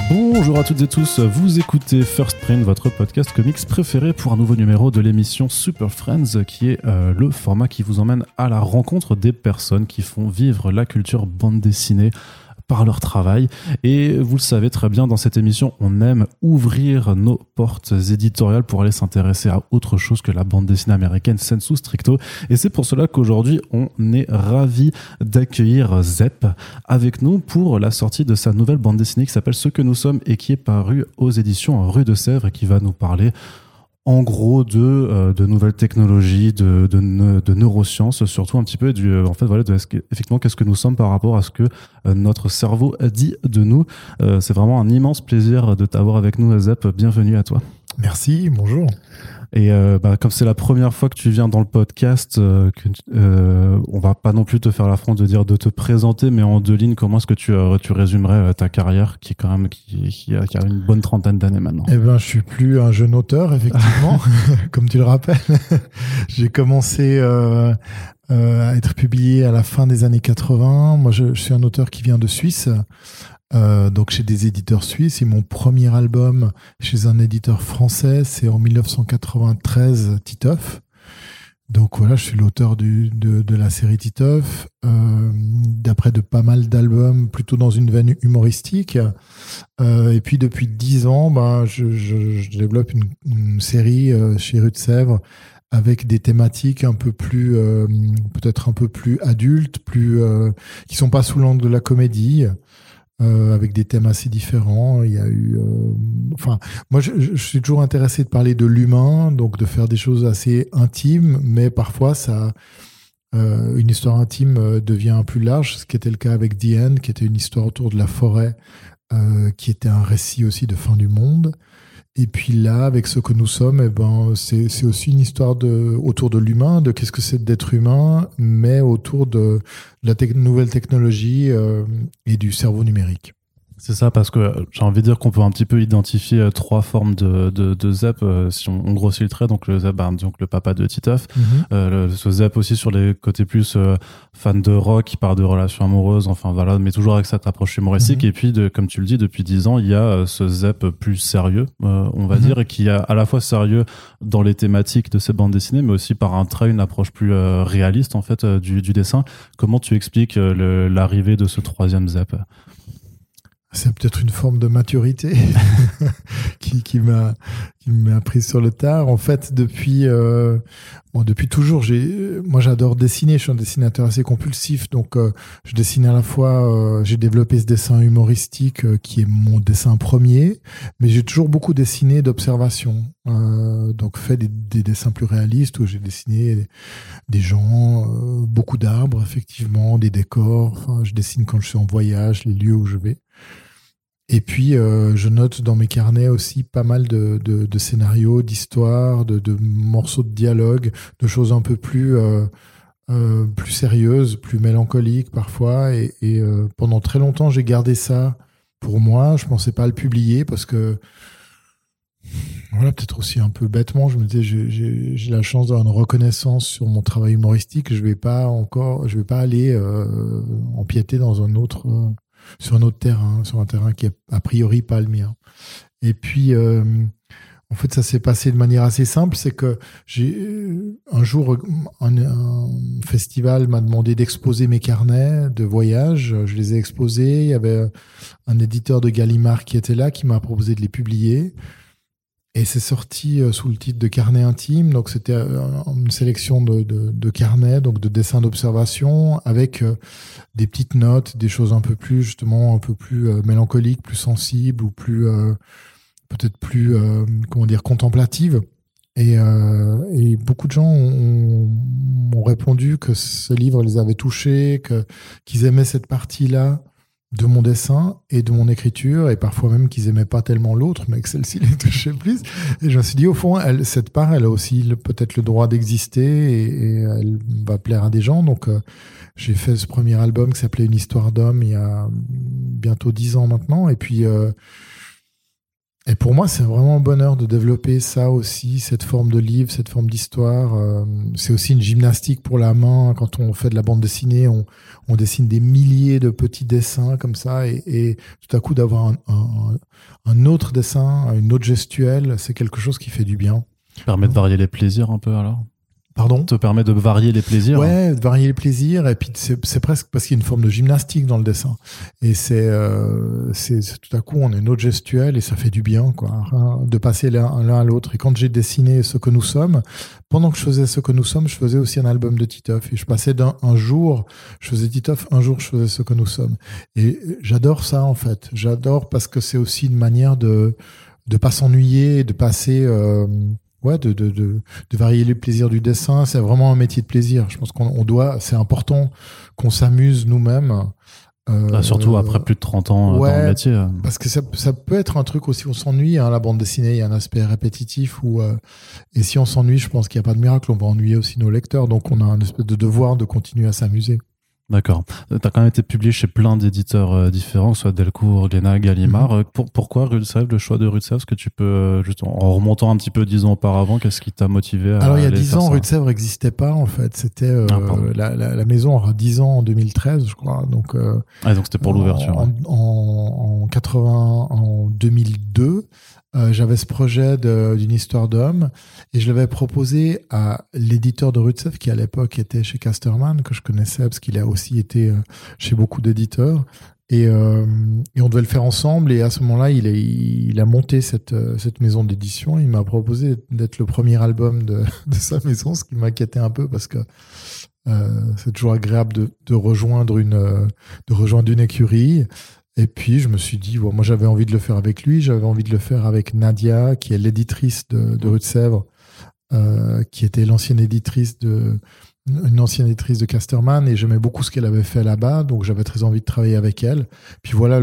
Bonjour à toutes et tous, vous écoutez First Print, votre podcast comics préféré pour un nouveau numéro de l'émission Super Friends, qui est le format qui vous emmène à la rencontre des personnes qui font vivre la culture bande dessinée par leur travail. Et vous le savez très bien, dans cette émission, on aime ouvrir nos portes éditoriales pour aller s'intéresser à autre chose que la bande dessinée américaine sensu stricto. Et c'est pour cela qu'aujourd'hui, on est ravis d'accueillir Zep avec nous pour la sortie de sa nouvelle bande dessinée qui s'appelle Ce que nous sommes et qui est parue aux éditions Rue de Sèvres et qui va nous parler en gros de nouvelles technologies, de neurosciences, surtout un petit peu effectivement qu'est-ce que nous sommes par rapport à ce que notre cerveau dit de nous. C'est vraiment un immense plaisir de t'avoir avec nous, Zep. Bienvenue à toi. Merci, bonjour. Et comme c'est la première fois que tu viens dans le podcast, on va pas non plus te faire l'affront de te présenter, mais en deux lignes, comment est-ce que tu résumerais ta carrière qui est quand même qui a une bonne trentaine d'années maintenant? Eh ben, je suis plus un jeune auteur, effectivement, comme tu le rappelles. J'ai commencé à être publié à la fin des années 80. Moi, je suis un auteur qui vient de Suisse. Donc chez des éditeurs suisses, et mon premier album chez un éditeur français, c'est en 1993, Titeuf. Donc voilà, je suis l'auteur de la série Titeuf, d'après de pas mal d'albums, plutôt dans une veine humoristique. Et puis depuis 10 ans, je développe une série chez Rue de Sèvres avec des thématiques un peu plus, peut-être un peu plus adultes, qui sont pas sous l'angle de la comédie. Avec des thèmes assez différents. Il y a eu, moi, je suis toujours intéressé de parler de l'humain, donc de faire des choses assez intimes, mais parfois une histoire intime devient plus large, ce qui était le cas avec The End, qui était une histoire autour de la forêt, qui était un récit aussi de fin du monde. Et puis là, avec Ce que nous sommes, c'est aussi une histoire autour de l'humain, de qu'est-ce que c'est d'être humain, mais autour de la nouvelle technologie et du cerveau numérique. C'est ça, parce que j'ai envie de dire qu'on peut un petit peu identifier trois formes de Zep, si on grossit le trait. Donc le Zep, donc le papa de Titeuf, ce Zep aussi sur les côtés plus fan de rock, qui parle de relations amoureuses, enfin voilà, mais toujours avec cette approche humoristique. Et puis, comme tu le dis, depuis 10 ans, il y a ce Zep plus sérieux, on va dire, et qui est à la fois sérieux dans les thématiques de ces bandes dessinées, mais aussi par un trait, une approche plus réaliste en fait du dessin. Comment tu expliques l'arrivée de ce troisième Zep? C'est peut-être une forme de maturité qui m'a pris sur le tard. En fait, depuis toujours, moi j'adore dessiner. Je suis un dessinateur assez compulsif, donc je dessine à la fois. J'ai développé ce dessin humoristique qui est mon dessin premier, mais j'ai toujours beaucoup dessiné d'observation. Donc fait des dessins plus réalistes où j'ai dessiné des gens, beaucoup d'arbres, effectivement, des décors. Enfin, je dessine quand je suis en voyage, les lieux où je vais. Et puis, je note dans mes carnets aussi pas mal de scénarios, d'histoires, de morceaux de dialogue, de choses un peu plus sérieuses, plus mélancoliques parfois. Et pendant très longtemps, j'ai gardé ça pour moi. Je pensais pas le publier parce que, voilà, peut-être aussi un peu bêtement, je me disais, j'ai la chance d'avoir une reconnaissance sur mon travail humoristique. Je vais pas aller empiéter dans sur un autre terrain, sur un terrain qui est a priori pas le mien. Et puis, en fait, ça s'est passé de manière assez simple, c'est que un jour, un festival m'a demandé d'exposer mes carnets de voyage. Je les ai exposés. Il y avait un éditeur de Gallimard qui était là, qui m'a proposé de les publier. Et c'est sorti sous le titre de Carnet intime. Donc, c'était une sélection de carnets, donc de dessins d'observation, avec des petites notes, des choses un peu plus mélancoliques, plus sensibles, ou peut-être plus, contemplatives. Et beaucoup de gens m'ont répondu que ce livre les avait touchés, qu'ils aimaient cette partie-là de mon dessin et de mon écriture, et parfois même qu'ils aimaient pas tellement l'autre, mais que celle-ci les touchait plus. Et je me suis dit, au fond, cette part, elle a aussi peut-être le droit d'exister, et elle va plaire à des gens. Donc, j'ai fait ce premier album qui s'appelait Une histoire d'homme il y a bientôt 10 ans maintenant. Et puis Et pour moi, c'est vraiment un bonheur de développer ça aussi, cette forme de livre, cette forme d'histoire. C'est aussi une gymnastique pour la main. Quand on fait de la bande dessinée, on dessine des milliers de petits dessins comme ça. Et tout à coup, d'avoir un autre dessin, une autre gestuelle, c'est quelque chose qui fait du bien. Ça permet de varier les plaisirs un peu alors. Pardon ? Ça te permet de varier les plaisirs. Ouais, de varier les plaisirs. Et puis, c'est presque parce qu'il y a une forme de gymnastique dans le dessin. Et c'est tout à coup, on a une autre gestuelle et ça fait du bien, quoi, hein, de passer l'un à l'autre. Et quand j'ai dessiné Ce que nous sommes, pendant que je faisais Ce que nous sommes, je faisais aussi un album de Titeuf. Et je passais un jour, je faisais Titeuf, un jour, je faisais Ce que nous sommes. Et j'adore ça, en fait. J'adore parce que c'est aussi une manière de pas s'ennuyer, de passer, de varier les plaisirs du dessin. C'est vraiment un métier de plaisir. Je pense c'est important qu'on s'amuse nous-mêmes. Surtout après plus de 30 ans dans le métier. Parce que ça peut être un truc aussi, on s'ennuie, hein, la bande dessinée, il y a un aspect répétitif et si on s'ennuie, je pense qu'il n'y a pas de miracle, on va ennuyer aussi nos lecteurs, donc on a un espèce de devoir de continuer à s'amuser. D'accord. T'as quand même été publié chez plein d'éditeurs différents, que ce soit Delcourt, Glénat, Gallimard. Pourquoi Rutsev, le choix de Rutsev? Est-ce que tu peux, juste en remontant un petit peu 10 ans auparavant, qu'est-ce qui t'a motivé à Alors, il y a 10 ans, ça? Rutsev n'existait pas, en fait. C'était, la maison aura 10 ans en 2013, je crois. Donc, donc c'était pour l'ouverture. En 2002, j'avais ce projet d'une histoire d'homme et je l'avais proposé à l'éditeur de Rutsev qui à l'époque était chez Casterman, que je connaissais parce qu'il a aussi été chez beaucoup d'éditeurs et on devait le faire ensemble et à ce moment-là il a monté cette maison d'édition. Il m'a proposé d'être le premier album de sa maison, ce qui m'inquiétait un peu parce que c'est toujours agréable de rejoindre une écurie. Et puis, je me suis dit, moi, j'avais envie de le faire avec lui. J'avais envie de le faire avec Nadia, qui est l'éditrice de Rue de Sèvres, qui était une ancienne éditrice de Casterman. Et j'aimais beaucoup ce qu'elle avait fait là-bas. Donc, j'avais très envie de travailler avec elle. Puis voilà,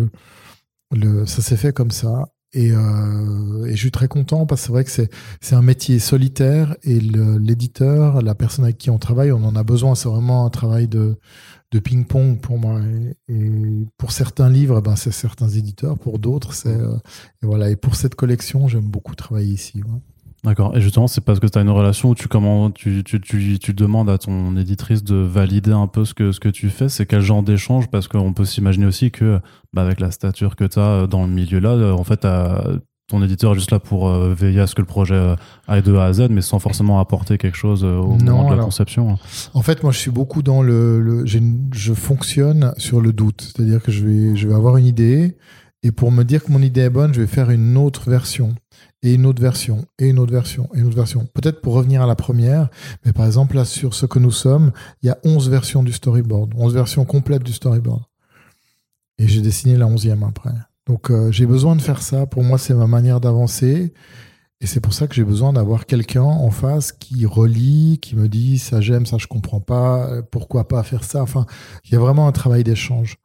ça s'est fait comme ça. Et je suis très content parce que c'est vrai que c'est un métier solitaire et l'éditeur, la personne avec qui on travaille, on en a besoin. C'est vraiment un travail de ping-pong pour moi. Et pour certains livres, c'est certains éditeurs. Pour d'autres, et voilà. Et pour cette collection, j'aime beaucoup travailler ici. Ouais. D'accord. Et justement, c'est parce que tu as une relation où tu demandes à ton éditrice de valider un peu ce que tu fais. C'est quel genre d'échange? Parce qu'on peut s'imaginer aussi que, avec la stature que tu as dans le milieu-là, en fait, ton éditeur est juste là pour veiller à ce que le projet aille de A à Z, mais sans forcément apporter quelque chose au moment de la conception. En fait, moi, je suis beaucoup dans je fonctionne sur le doute. C'est-à-dire que je vais avoir une idée, et pour me dire que mon idée est bonne, je vais faire une autre version, et une autre version, et une autre version, et une autre version. Peut-être pour revenir à la première, mais par exemple, là, sur Ce que nous sommes, il y a 11 versions du storyboard, 11 versions complètes du storyboard. Et j'ai dessiné la 11e après. Donc, j'ai besoin de faire ça. Pour moi, c'est ma manière d'avancer. Et c'est pour ça que j'ai besoin d'avoir quelqu'un en face qui relit, qui me dit ça j'aime, ça je comprends pas, pourquoi pas faire ça. Enfin, il y a vraiment un travail d'échange.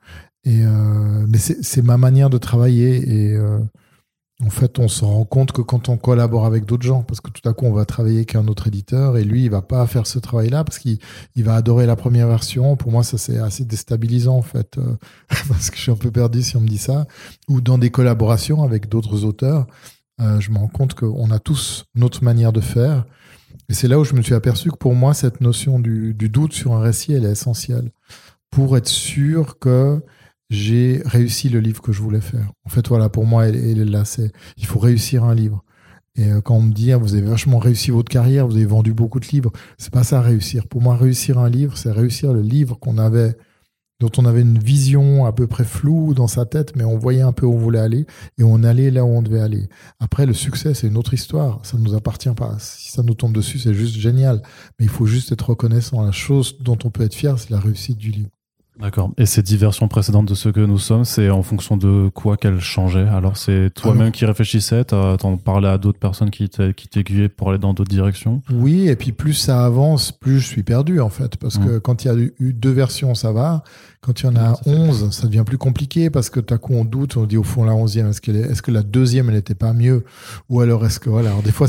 Mais c'est ma manière de travailler. Et en fait, on se rend compte que quand on collabore avec d'autres gens, parce que tout à coup, on va travailler avec un autre éditeur et lui, il va pas faire ce travail-là parce qu'il va adorer la première version. Pour moi, ça, c'est assez déstabilisant, en fait, parce que je suis un peu perdu si on me dit ça. Ou dans des collaborations avec d'autres auteurs, je me rends compte qu'on a tous notre manière de faire. Et c'est là où je me suis aperçu que pour moi, cette notion du doute sur un récit, elle est essentielle pour être sûr que j'ai réussi le livre que je voulais faire. En fait, voilà, pour moi, elle est là. Il faut réussir un livre. Et quand on me dit, vous avez vachement réussi votre carrière, vous avez vendu beaucoup de livres, c'est pas ça réussir. Pour moi, réussir un livre, c'est réussir le livre dont on avait une vision à peu près floue dans sa tête, mais on voyait un peu où on voulait aller et on allait là où on devait aller. Après, le succès, c'est une autre histoire. Ça ne nous appartient pas. Si ça nous tombe dessus, c'est juste génial. Mais il faut juste être reconnaissant. La chose dont on peut être fier, c'est la réussite du livre. D'accord. Et ces 10 versions précédentes de Ce que nous sommes, c'est en fonction de quoi qu'elles changeaient? Alors, c'est toi-même qui réfléchissais, t'en parlais à d'autres personnes qui t'aiguillaient pour aller dans d'autres directions? Oui, et puis plus ça avance, plus je suis perdu, en fait. Parce que quand il y a eu 2 versions, ça va. Quand il y en a 11, ça devient plus compliqué parce que tout à coup, on doute, on dit au fond la 11e, est-ce que la 2e, elle n'était pas mieux? Ou alors, alors des fois,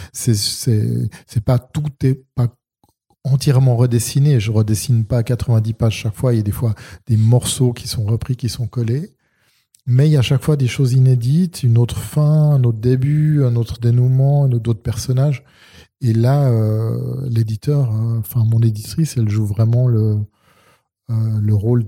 c'est pas tout est pas entièrement redessiné. Je redessine pas 90 pages chaque fois. Il y a des fois des morceaux qui sont repris, qui sont collés. Mais il y a à chaque fois des choses inédites, une autre fin, un autre début, un autre dénouement, un autre personnage. Et là, l'éditeur, mon éditrice, elle joue vraiment le rôle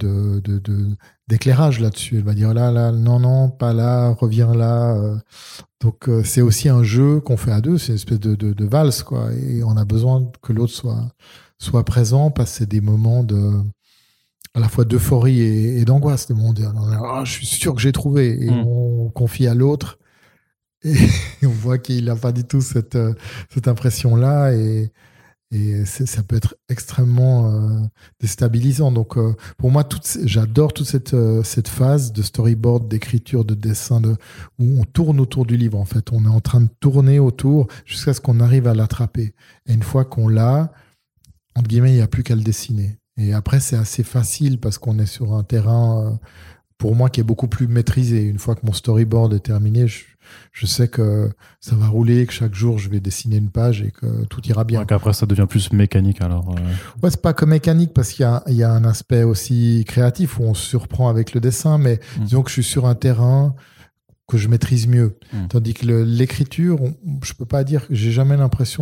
d'éclairage là-dessus. Elle va dire là, non, pas là, reviens là. Donc c'est aussi un jeu qu'on fait à deux, c'est une espèce de valse, quoi. Et on a besoin que l'autre soit présent, parce que c'est des moments à la fois d'euphorie et d'angoisse. De mon dire, je suis sûr que j'ai trouvé. Et on confie à l'autre. Et on voit qu'il n'a pas du tout cette impression-là. Et ça peut être extrêmement déstabilisant. Donc, pour moi, j'adore toute cette phase de storyboard, d'écriture, de dessin, où on tourne autour du livre. En fait, on est en train de tourner autour jusqu'à ce qu'on arrive à l'attraper. Et une fois qu'on l'a, entre guillemets, il n'y a plus qu'à le dessiner. Et après, c'est assez facile parce qu'on est sur un terrain, pour moi, qui est beaucoup plus maîtrisé. Une fois que mon storyboard est terminé, je sais que ça va rouler, que chaque jour, je vais dessiner une page et que tout ira bien. Donc après, ça devient plus mécanique, alors. Ouais, c'est pas que mécanique, parce qu'il y a un aspect aussi créatif où on se surprend avec le dessin, mais disons que je suis sur un terrain que je maîtrise mieux. Tandis que l'écriture, je peux pas dire, j'ai jamais l'impression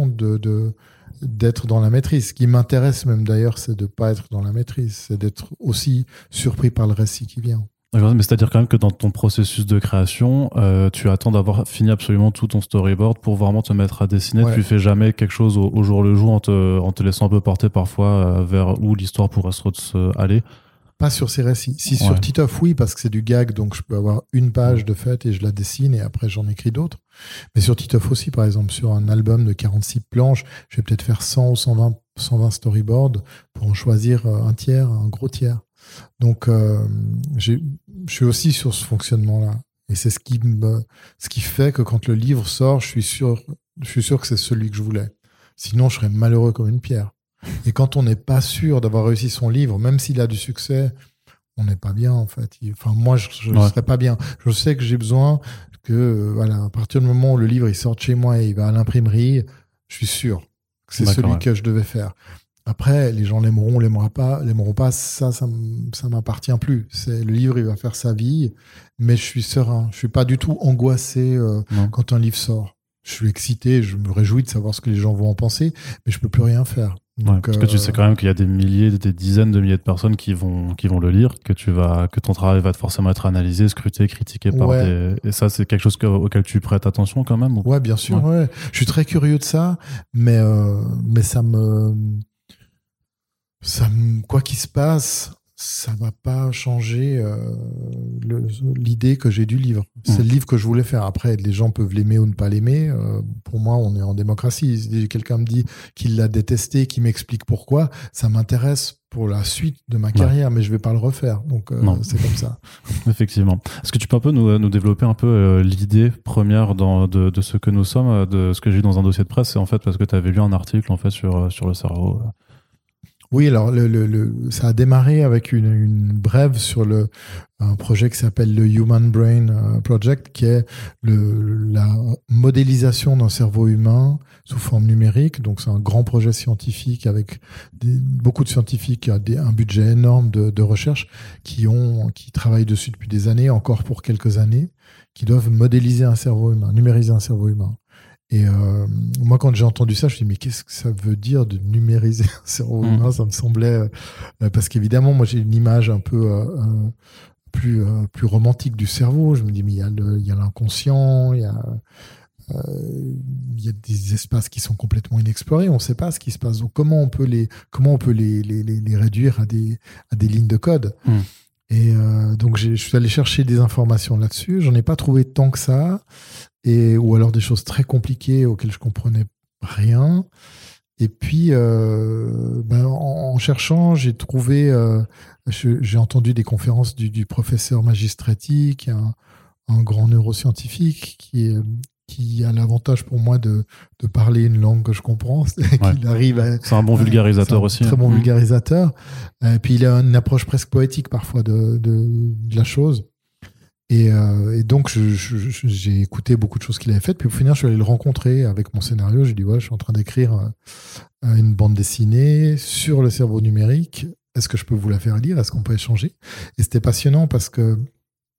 d'être dans la maîtrise. Ce qui m'intéresse même d'ailleurs, c'est de pas être dans la maîtrise, c'est d'être aussi surpris par le récit qui vient. Mais c'est-à-dire quand même que dans ton processus de création, tu attends d'avoir fini absolument tout ton storyboard pour vraiment te mettre à dessiner. Ouais. Tu fais jamais quelque chose au jour le jour en te laissant un peu porter parfois vers où l'histoire pourrait se aller. Pas sur ces récits. Si sur Titeuf, oui, parce que c'est du gag, donc je peux avoir une page de fait et je la dessine et après j'en écris d'autres. Mais sur Titeuf aussi, par exemple, sur un album de 46 planches, je vais peut-être faire 100 ou 120 storyboards pour en choisir un tiers, un gros tiers. Donc, je suis aussi sur ce fonctionnement-là. Et c'est ce qui fait que quand le livre sort, je suis sûr que c'est celui que je voulais. Sinon, je serais malheureux comme une pierre. Et quand on n'est pas sûr d'avoir réussi son livre, même s'il a du succès, on n'est pas bien, en fait. Moi, je ne serais pas bien. Je sais que j'ai besoin que, à partir du moment où le livre il sort de chez moi et il va à l'imprimerie, je suis sûr que c'est celui que je devais faire. Après, les gens l'aimeront, l'aimeront pas, ça m'appartient plus. Le livre, il va faire sa vie, mais je suis serein. Je suis pas du tout angoissé quand un livre sort. Je suis excité, je me réjouis de savoir ce que les gens vont en penser, mais je peux plus rien faire. Donc, parce que tu sais quand même qu'il y a des dizaines de milliers de personnes qui vont le lire, que ton travail va forcément être analysé, scruté, critiqué par et ça, c'est quelque chose auquel tu prêtes attention quand même. Ouais, bien sûr. Ouais. Je suis très curieux de ça, mais ça me quoi qu'il se passe, ça va pas changer l'idée que j'ai du livre. C'est le livre que je voulais faire. Après, les gens peuvent l'aimer ou ne pas l'aimer. Pour moi, on est en démocratie. Si quelqu'un me dit qu'il l'a détesté, qu'il m'explique pourquoi, ça m'intéresse pour la suite de ma carrière, mais je vais pas le refaire. Donc, c'est comme ça. Effectivement. Est-ce que tu peux un peu nous développer un peu l'idée première de ce que nous sommes, de ce que j'ai lu dans un dossier de presse? C'est en fait parce que tu avais lu un article en fait sur le cerveau. Oui, alors ça a démarré avec une brève sur un projet qui s'appelle le Human Brain Project, qui est la modélisation d'un cerveau humain sous forme numérique. Donc c'est un grand projet scientifique avec beaucoup de scientifiques, un budget énorme de recherche qui travaillent dessus depuis des années, encore pour quelques années, qui doivent modéliser un cerveau humain, numériser un cerveau humain. Et moi, quand j'ai entendu ça, je me suis dit, mais qu'est-ce que ça veut dire de numériser un cerveau humain? Ça me semblait... parce qu'évidemment, moi, j'ai une image un peu plus romantique du cerveau. Je me dis, mais il y a l'inconscient, il y a des espaces qui sont complètement inexplorés. On ne sait pas ce qui se passe. Donc, comment on peut les réduire à des lignes de code? Et donc, je suis allé chercher des informations là-dessus. J'en ai pas trouvé tant que ça. Ou alors des choses très compliquées auxquelles je comprenais rien. Et puis, en cherchant, j'ai trouvé, j'ai entendu des conférences du professeur Magistretti, qui est un grand neuroscientifique, qui a l'avantage pour moi de parler une langue que je comprends. Qu'il arrive c'est un bon vulgarisateur aussi. Très bon vulgarisateur. Et puis, il a une approche presque poétique parfois de la chose. Et donc, j'ai écouté beaucoup de choses qu'il avait faites. Puis au final, je suis allé le rencontrer avec mon scénario. J'ai dit, je suis en train d'écrire une bande dessinée sur le cerveau numérique. Est-ce que je peux vous la faire lire? Est-ce qu'on peut échanger? Et c'était passionnant parce que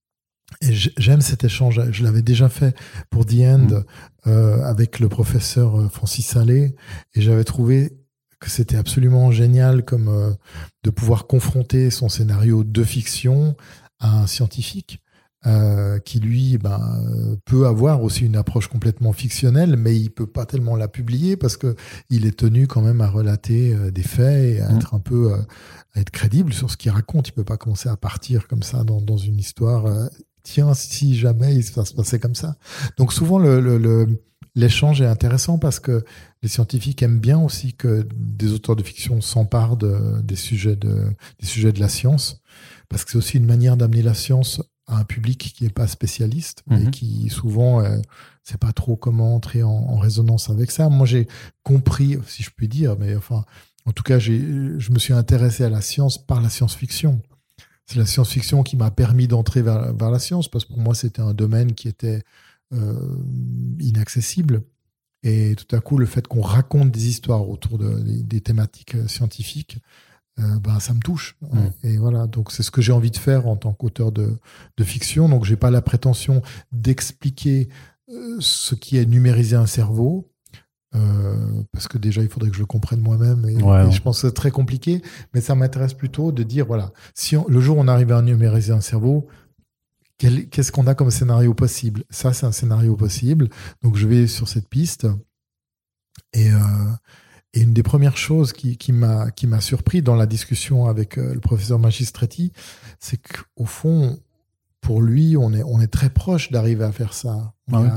Et j'aime cet échange. Je l'avais déjà fait pour The End avec le professeur Francis Salé, et j'avais trouvé que c'était absolument génial comme de pouvoir confronter son scénario de fiction à un scientifique qui lui peut avoir aussi une approche complètement fictionnelle, mais il peut pas tellement la publier parce que il est tenu quand même à relater des faits et à être un peu à être crédible sur ce qu'il raconte. Il peut pas commencer à partir comme ça dans une histoire. Tiens, si jamais ça se passait comme ça. Donc souvent l'échange est intéressant parce que les scientifiques aiment bien aussi que des auteurs de fiction s'emparent des sujets de la science, parce que c'est aussi une manière d'amener la science à un public qui n'est pas spécialiste, mais qui souvent sait pas trop comment entrer en résonance avec ça. Moi, j'ai compris, si je puis dire, mais enfin, en tout cas, je me suis intéressé à la science par la science-fiction. C'est la science-fiction qui m'a permis d'entrer vers la science, parce que pour moi, c'était un domaine qui était inaccessible. Et tout à coup, le fait qu'on raconte des histoires autour des thématiques scientifiques, ça me touche. Et voilà, donc c'est ce que j'ai envie de faire en tant qu'auteur de fiction. Donc j'ai pas la prétention d'expliquer ce qui est numériser un cerveau, parce que déjà il faudrait que je le comprenne moi-même, et je pense que c'est très compliqué. Mais ça m'intéresse plutôt de dire, voilà, si le jour où on arrive à numériser un cerveau, qu'est-ce qu'on a comme scénario possible? Ça, c'est un scénario possible. Donc je vais sur cette piste. Et une des premières choses qui m'a surpris dans la discussion avec le professeur Magistretti, c'est qu'au fond, pour lui, on est très proche d'arriver à faire ça.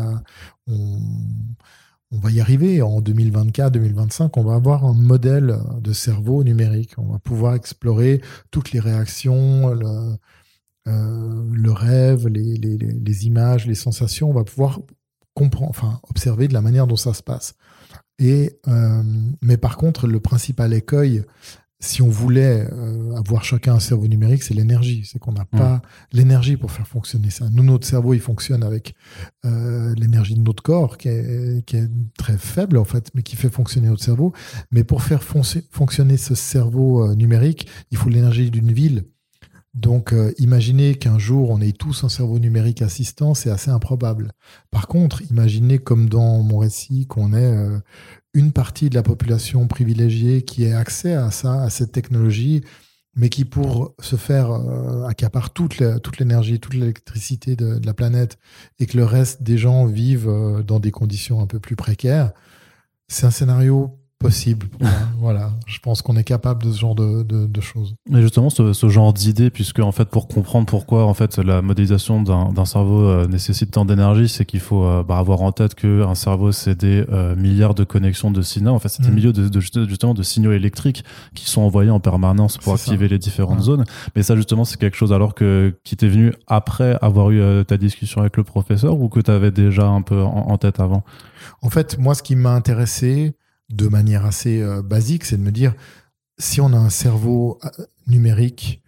On va y arriver en 2024, 2025. On va avoir un modèle de cerveau numérique. On va pouvoir explorer toutes les réactions, le rêve, les images, les sensations. On va pouvoir observer de la manière dont ça se passe. Mais par contre, le principal écueil, si on voulait avoir chacun un cerveau numérique, c'est l'énergie. C'est qu'on n'a pas l'énergie pour faire fonctionner ça. Nous, notre cerveau, il fonctionne avec l'énergie de notre corps, qui est très faible, en fait, mais qui fait fonctionner notre cerveau. Mais pour faire fonctionner ce cerveau numérique, il faut l'énergie d'une ville. Donc, imaginez qu'un jour, on ait tous un cerveau numérique assistant, c'est assez improbable. Par contre, imaginez, comme dans mon récit, qu'on ait une partie de la population privilégiée qui ait accès à ça, à cette technologie, mais qui, pour se faire accapare toute l'énergie, toute l'électricité de la planète, et que le reste des gens vivent dans des conditions un peu plus précaires. C'est un scénario possible. Voilà, je pense qu'on est capable de ce genre de choses. Mais justement, ce genre d'idée, puisque en fait, pour comprendre pourquoi en fait la modélisation d'un cerveau nécessite tant d'énergie, c'est qu'il faut avoir en tête que un cerveau, c'est des milliards de connexions de signaux. En fait, c'est des milliers justement de signaux électriques qui sont envoyés en permanence pour activer les différentes zones. Mais ça, justement, c'est quelque chose qui t'est venu après avoir eu ta discussion avec le professeur, ou que tu avais déjà un peu en tête avant? En fait, moi, ce qui m'a intéressé de manière assez basique, c'est de me dire, si on a un cerveau numérique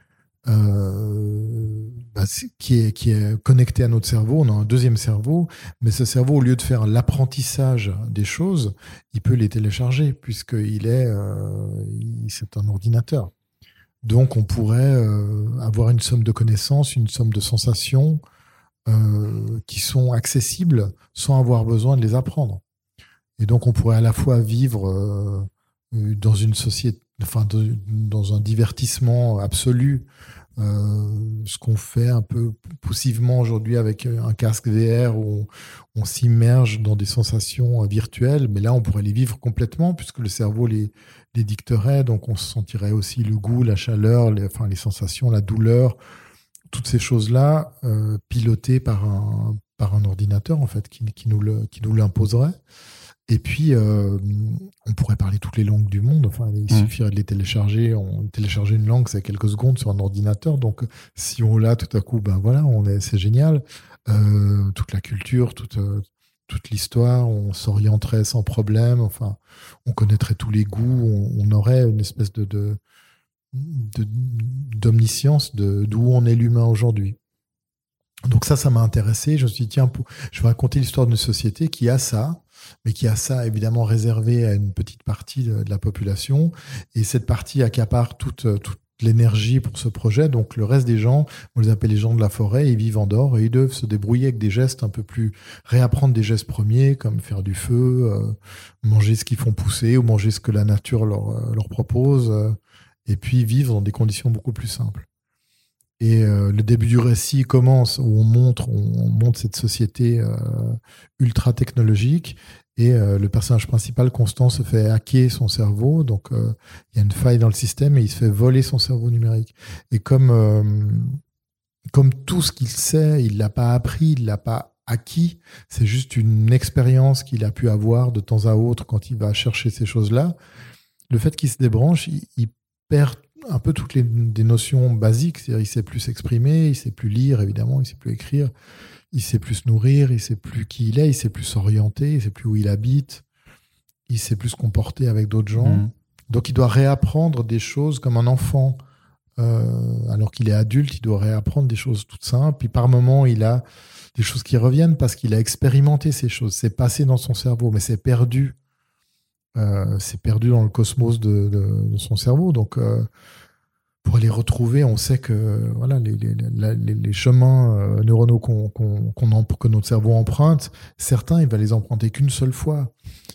qui est connecté à notre cerveau, on a un deuxième cerveau, mais ce cerveau, au lieu de faire l'apprentissage des choses, il peut les télécharger, puisqu'il c'est un ordinateur. Donc on pourrait avoir une somme de connaissances, une somme de sensations qui sont accessibles sans avoir besoin de les apprendre. Et donc, on pourrait à la fois vivre dans une société, dans un divertissement absolu, ce qu'on fait un peu poussivement aujourd'hui avec un casque VR où on s'immerge dans des sensations virtuelles. Mais là, on pourrait les vivre complètement puisque le cerveau les dicterait. Donc, on se sentirait aussi le goût, la chaleur, les sensations, la douleur, toutes ces choses-là pilotées par un ordinateur, en fait, qui nous l'imposerait. Et puis, on pourrait parler toutes les langues du monde. Il suffirait de les télécharger. Télécharger une langue, c'est quelques secondes sur un ordinateur. Donc, si on l'a tout à coup, c'est génial. Toute la culture, toute l'histoire, on s'orienterait sans problème. On connaîtrait tous les goûts. On aurait une espèce d'omniscience d'où on est l'humain aujourd'hui. Donc ça m'a intéressé. Je me suis dit, tiens, je vais raconter l'histoire d'une société qui a ça, mais qui a ça évidemment réservé à une petite partie de la population. Et cette partie accapare toute de l'énergie pour ce projet. Donc le reste des gens, on les appelle les gens de la forêt, ils vivent en dehors et ils doivent se débrouiller avec des gestes un peu plus, réapprendre des gestes premiers comme faire du feu, manger ce qu'ils font pousser ou manger ce que la nature leur propose, et puis vivre dans des conditions beaucoup plus simples. Et le début du récit commence où on montre cette société ultra technologique. Et le personnage principal, Constant, se fait hacker son cerveau. Donc, il y a une faille dans le système et il se fait voler son cerveau numérique. Et comme tout ce qu'il sait, il l'a pas appris, il l'a pas acquis. C'est juste une expérience qu'il a pu avoir de temps à autre quand il va chercher ces choses-là. Le fait qu'il se débranche, il perd un peu toutes des notions basiques. C'est-à-dire, il sait plus s'exprimer, il sait plus lire, évidemment, il sait plus écrire. Il sait plus se nourrir, il sait plus qui il est, il sait plus s'orienter, il sait plus où il habite, il sait plus se comporter avec d'autres gens. Mmh. Donc il doit réapprendre des choses comme un enfant. Alors qu'il est adulte, il doit réapprendre des choses toutes simples. Puis par moments, il a des choses qui reviennent parce qu'il a expérimenté ces choses. C'est passé dans son cerveau, mais c'est perdu. C'est perdu dans le cosmos de son cerveau. Donc pour les retrouver, on sait que voilà, les chemins neuronaux que notre cerveau emprunte, certains, il va les emprunter qu'une seule fois.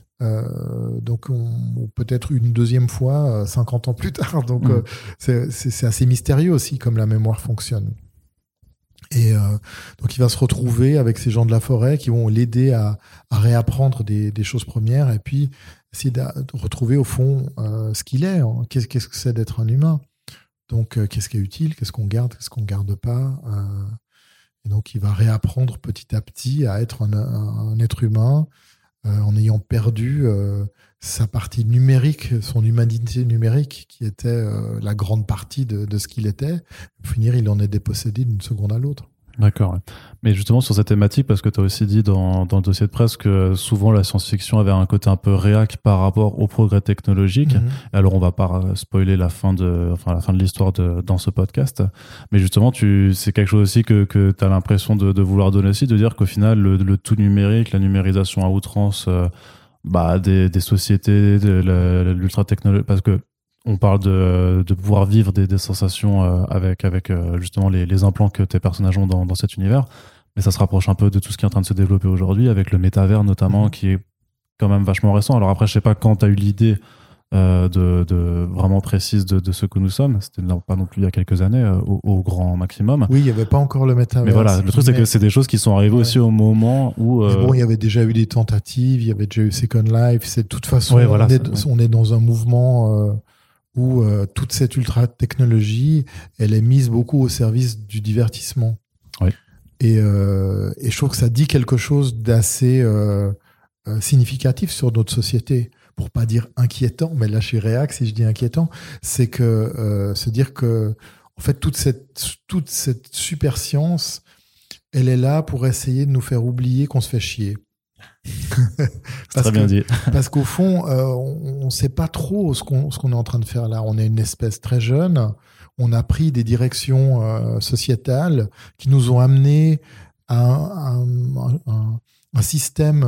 Donc peut-être une deuxième fois 50 ans plus tard. Donc c'est assez mystérieux aussi comme la mémoire fonctionne. Et donc il va se retrouver avec ces gens de la forêt qui vont l'aider à réapprendre des choses premières et puis essayer de retrouver au fond ce qu'il est. Hein. Qu'est-ce que c'est d'être un humain? Donc, qu'est-ce qui est utile? Qu'est-ce qu'on garde? Qu'est-ce qu'on ne garde pas? Et donc, il va réapprendre petit à petit à être un être humain en ayant perdu sa partie numérique, son humanité numérique, qui était la grande partie de ce qu'il était. Pour finir, il en est dépossédé d'une seconde à l'autre. D'accord. Ouais. Mais justement, sur cette thématique, parce que tu as aussi dit dans le dossier de presse que souvent la science-fiction avait un côté un peu réac par rapport au progrès technologique. Mm-hmm. Alors, on va pas spoiler la fin de l'histoire dans ce podcast. Mais justement, c'est quelque chose aussi que tu as l'impression de vouloir donner aussi, de dire qu'au final, le tout numérique, la numérisation à outrance, des sociétés, de l'ultra-technologie, parce que on parle de pouvoir vivre des sensations avec justement les implants que tes personnages ont dans cet univers. Mais ça se rapproche un peu de tout ce qui est en train de se développer aujourd'hui, avec le métavers notamment, qui est quand même vachement récent. Alors après, je sais pas quand tu as eu l'idée de vraiment précise de ce que nous sommes. C'était pas non plus il y a quelques années, au grand maximum. Oui, il n'y avait pas encore le métavers. Mais voilà, le truc, c'est que c'est des choses qui sont arrivées aussi au moment où... Mais bon, il y avait déjà eu des tentatives, il y avait déjà eu Second Life. C'est de toute façon, on est dans un mouvement... où toute cette ultra-technologie, elle est mise beaucoup au service du divertissement. Oui. Et je trouve que ça dit quelque chose d'assez significatif sur notre société. Pour pas dire inquiétant, mais là, chez Réac, si je dis inquiétant, c'est que se dire que, en fait, toute cette super science, elle est là pour essayer de nous faire oublier qu'on se fait chier. Très bien dit. Parce qu'au fond, on ne sait pas trop ce qu'on est en train de faire là. On est une espèce très jeune. On a pris des directions sociétales qui nous ont amenés à un système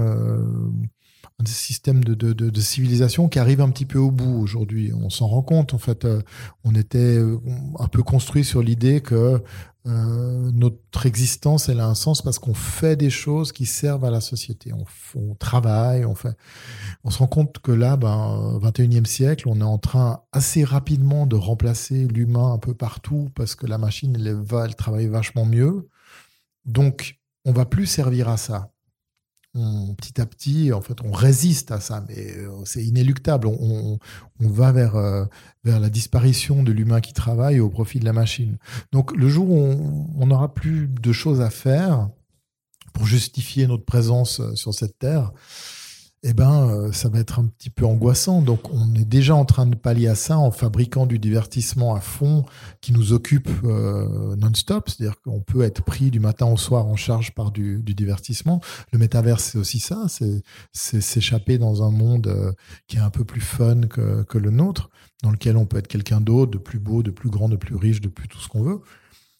de civilisation qui arrive un petit peu au bout aujourd'hui. On s'en rend compte. En fait, on était un peu construit sur l'idée que notre existence, elle a un sens parce qu'on fait des choses qui servent à la société. On travaille, on se rend compte que là, 21e siècle, on est en train assez rapidement de remplacer l'humain un peu partout parce que la machine, elle travaille vachement mieux. Donc, on va plus servir à ça. Petit à petit, en fait, on résiste à ça, mais c'est inéluctable. On va vers la disparition de l'humain qui travaille au profit de la machine. Donc, le jour où on n'aura plus de choses à faire pour justifier notre présence sur cette terre, ça va être un petit peu angoissant. Donc, on est déjà en train de pallier à ça en fabriquant du divertissement à fond qui nous occupe non-stop. C'est-à-dire qu'on peut être pris du matin au soir en charge par du divertissement. Le métavers, c'est aussi ça. C'est s'échapper dans un monde qui est un peu plus fun que le nôtre, dans lequel on peut être quelqu'un d'autre, de plus beau, de plus grand, de plus riche, de plus tout ce qu'on veut.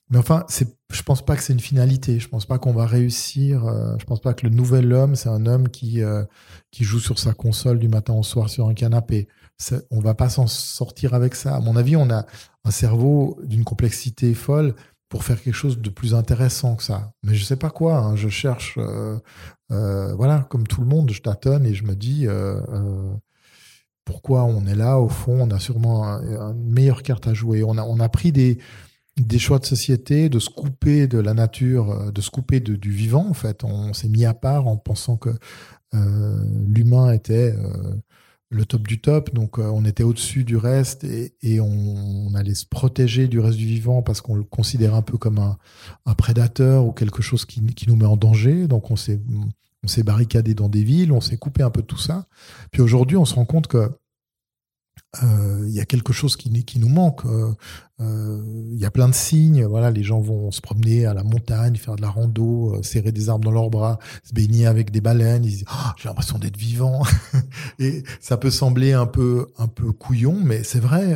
Mais enfin, je pense pas que c'est une finalité. Je pense pas qu'on va réussir. Je pense pas que le nouvel homme, c'est un homme qui joue sur sa console du matin au soir sur un canapé. On va pas s'en sortir avec ça. À mon avis, on a un cerveau d'une complexité folle pour faire quelque chose de plus intéressant que ça. Mais je sais pas quoi. Hein. Je cherche, voilà, comme tout le monde, je tâtonne et je me dis pourquoi on est là. Au fond, on a sûrement une meilleure carte à jouer. On a pris des choix de société, de se couper de la nature, de se couper du vivant, en fait. On s'est mis à part en pensant que l'humain était le top du top, donc on était au-dessus du reste et on allait se protéger du reste du vivant parce qu'on le considère un peu comme un prédateur ou quelque chose qui nous met en danger. Donc on s'est barricadé dans des villes, on s'est coupé un peu de tout ça. Puis aujourd'hui, on se rend compte que il y a quelque chose qui nous manque. Il y a plein de signes. Voilà, les gens vont se promener à la montagne, faire de la rando, serrer des arbres dans leurs bras, se baigner avec des baleines. Ils disent j'ai l'impression d'être vivant. Et ça peut sembler un peu couillon, mais c'est vrai.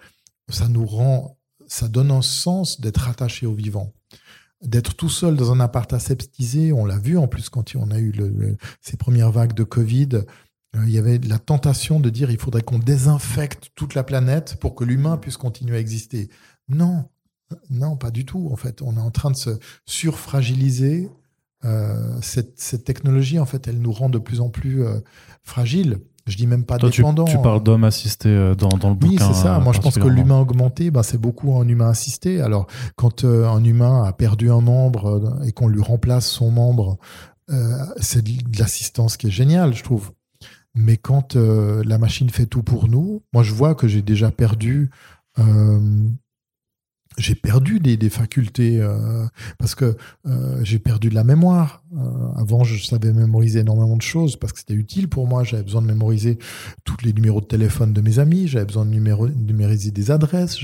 Ça donne un sens d'être attaché au vivant. D'être tout seul dans un appart aseptisé, on l'a vu en plus quand on a eu ces premières vagues de Covid. Il y avait la tentation de dire il faudrait qu'on désinfecte toute la planète pour que l'humain puisse continuer à exister. Non, pas du tout. En fait, on est en train de se surfragiliser. Cette technologie, en fait, elle nous rend de plus en plus fragiles. Je dis même pas dépendants. Tu parles d'homme assisté dans le bouquin. Oui, c'est ça. Moi, je pense que l'humain augmenté, c'est beaucoup un humain assisté. Alors, quand un humain a perdu un membre et qu'on lui remplace son membre, c'est de l'assistance qui est géniale, je trouve. Mais quand la machine fait tout pour nous, moi je vois que j'ai déjà perdu, des facultés parce que j'ai perdu de la mémoire. Avant, je savais mémoriser énormément de choses parce que c'était utile pour moi. J'avais besoin de mémoriser tous les numéros de téléphone de mes amis. J'avais besoin de mémoriser des adresses,